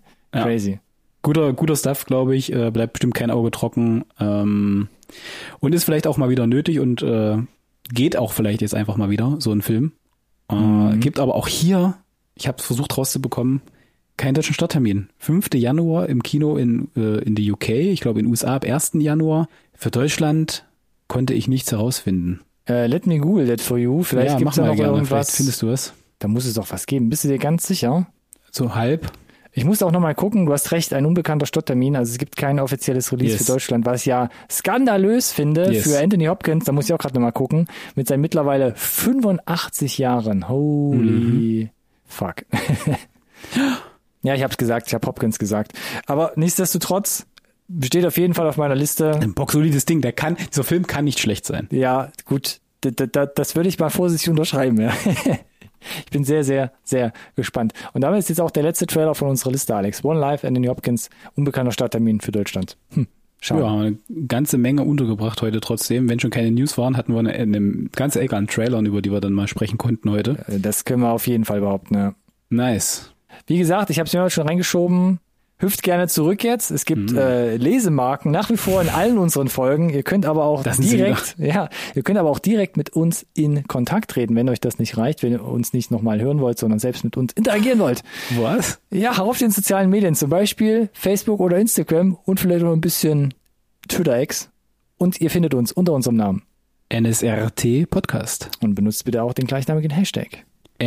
Guter Stuff, glaube ich, bleibt bestimmt kein Auge trocken, und ist vielleicht auch mal wieder nötig und geht auch vielleicht jetzt einfach mal wieder, so ein Film. Gibt aber auch hier, ich habe es versucht rauszubekommen, keinen deutschen Starttermin. 5. Januar im Kino in the UK, ich glaube in den USA ab 1. Januar. Für Deutschland konnte ich nichts herausfinden. Let me Google that for you. Vielleicht gibt es ja noch irgendwas. Vielleicht findest du was. Da muss es doch was geben. Bist du dir ganz sicher? So halb. Ich muss auch nochmal gucken, du hast recht, ein unbekannter Starttermin, also es gibt kein offizielles Release für Deutschland, was ich ja skandalös finde für Anthony Hopkins, da muss ich auch gerade nochmal gucken, mit seinen mittlerweile 85 Jahren. Holy fuck. Ja, ich hab's gesagt, ich habe Hopkins gesagt. Aber nichtsdestotrotz steht auf jeden Fall auf meiner Liste. Ein bocksolides Ding, dieser Film kann nicht schlecht sein. Ja, gut, das würde ich mal vorsichtig unterschreiben, ja. Ich bin sehr, sehr, sehr gespannt. Und damit ist jetzt auch der letzte Trailer von unserer Liste, Alex. One Life, Anthony Hopkins, unbekannter Starttermin für Deutschland. Schade. Ja, eine ganze Menge untergebracht heute trotzdem. Wenn schon keine News waren, hatten wir eine ganze Ecke an Trailern, über die wir dann mal sprechen konnten heute. Das können wir auf jeden Fall behaupten, ja. Nice. Wie gesagt, ich habe es mir schon reingeschoben. Hüpft gerne zurück jetzt. Es gibt Lesemarken nach wie vor in allen unseren Folgen. Ihr könnt aber auch direkt mit uns in Kontakt treten, wenn euch das nicht reicht, wenn ihr uns nicht nochmal hören wollt, sondern selbst mit uns interagieren wollt. Was? Ja, auf den sozialen Medien, zum Beispiel Facebook oder Instagram und vielleicht noch ein bisschen Twitter-X. Und ihr findet uns unter unserem Namen. NSRT Podcast. Und benutzt bitte auch den gleichnamigen Hashtag.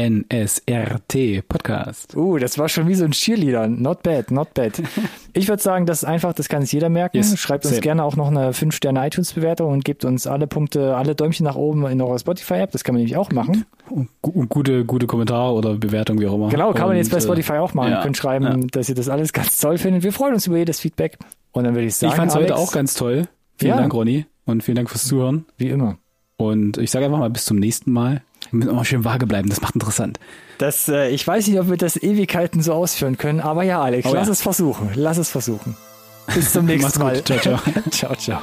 NSRT Podcast. Das war schon wie so ein Cheerleader. Not bad, not bad. Ich würde sagen, das ist einfach, das kann sich jeder merken. Yes, Schreibt uns gerne auch noch eine 5-Sterne iTunes-Bewertung und gebt uns alle Punkte, alle Däumchen nach oben in eurer Spotify-App. Das kann man nämlich auch machen. Und gute Kommentare oder Bewertung, wie auch immer. Genau, kann man jetzt bei Spotify auch machen. Ihr könnt schreiben, dass ihr das alles ganz toll findet. Wir freuen uns über jedes Feedback. Und dann würde ich sagen, ich fand es heute auch ganz toll. Vielen Dank, Ronny. Und vielen Dank fürs Zuhören. Wie immer. Und ich sage einfach mal bis zum nächsten Mal. Wir müssen auch mal schön vage bleiben, das macht interessant. Ich weiß nicht, ob wir das Ewigkeiten so ausführen können, aber ja, Alex, lass es versuchen. Bis zum nächsten Mal. Ciao, ciao. Ciao, ciao.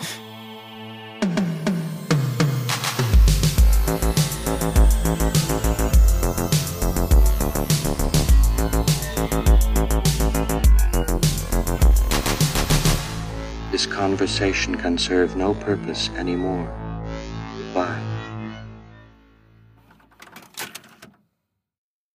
This conversation can serve no purpose anymore. Goodbye.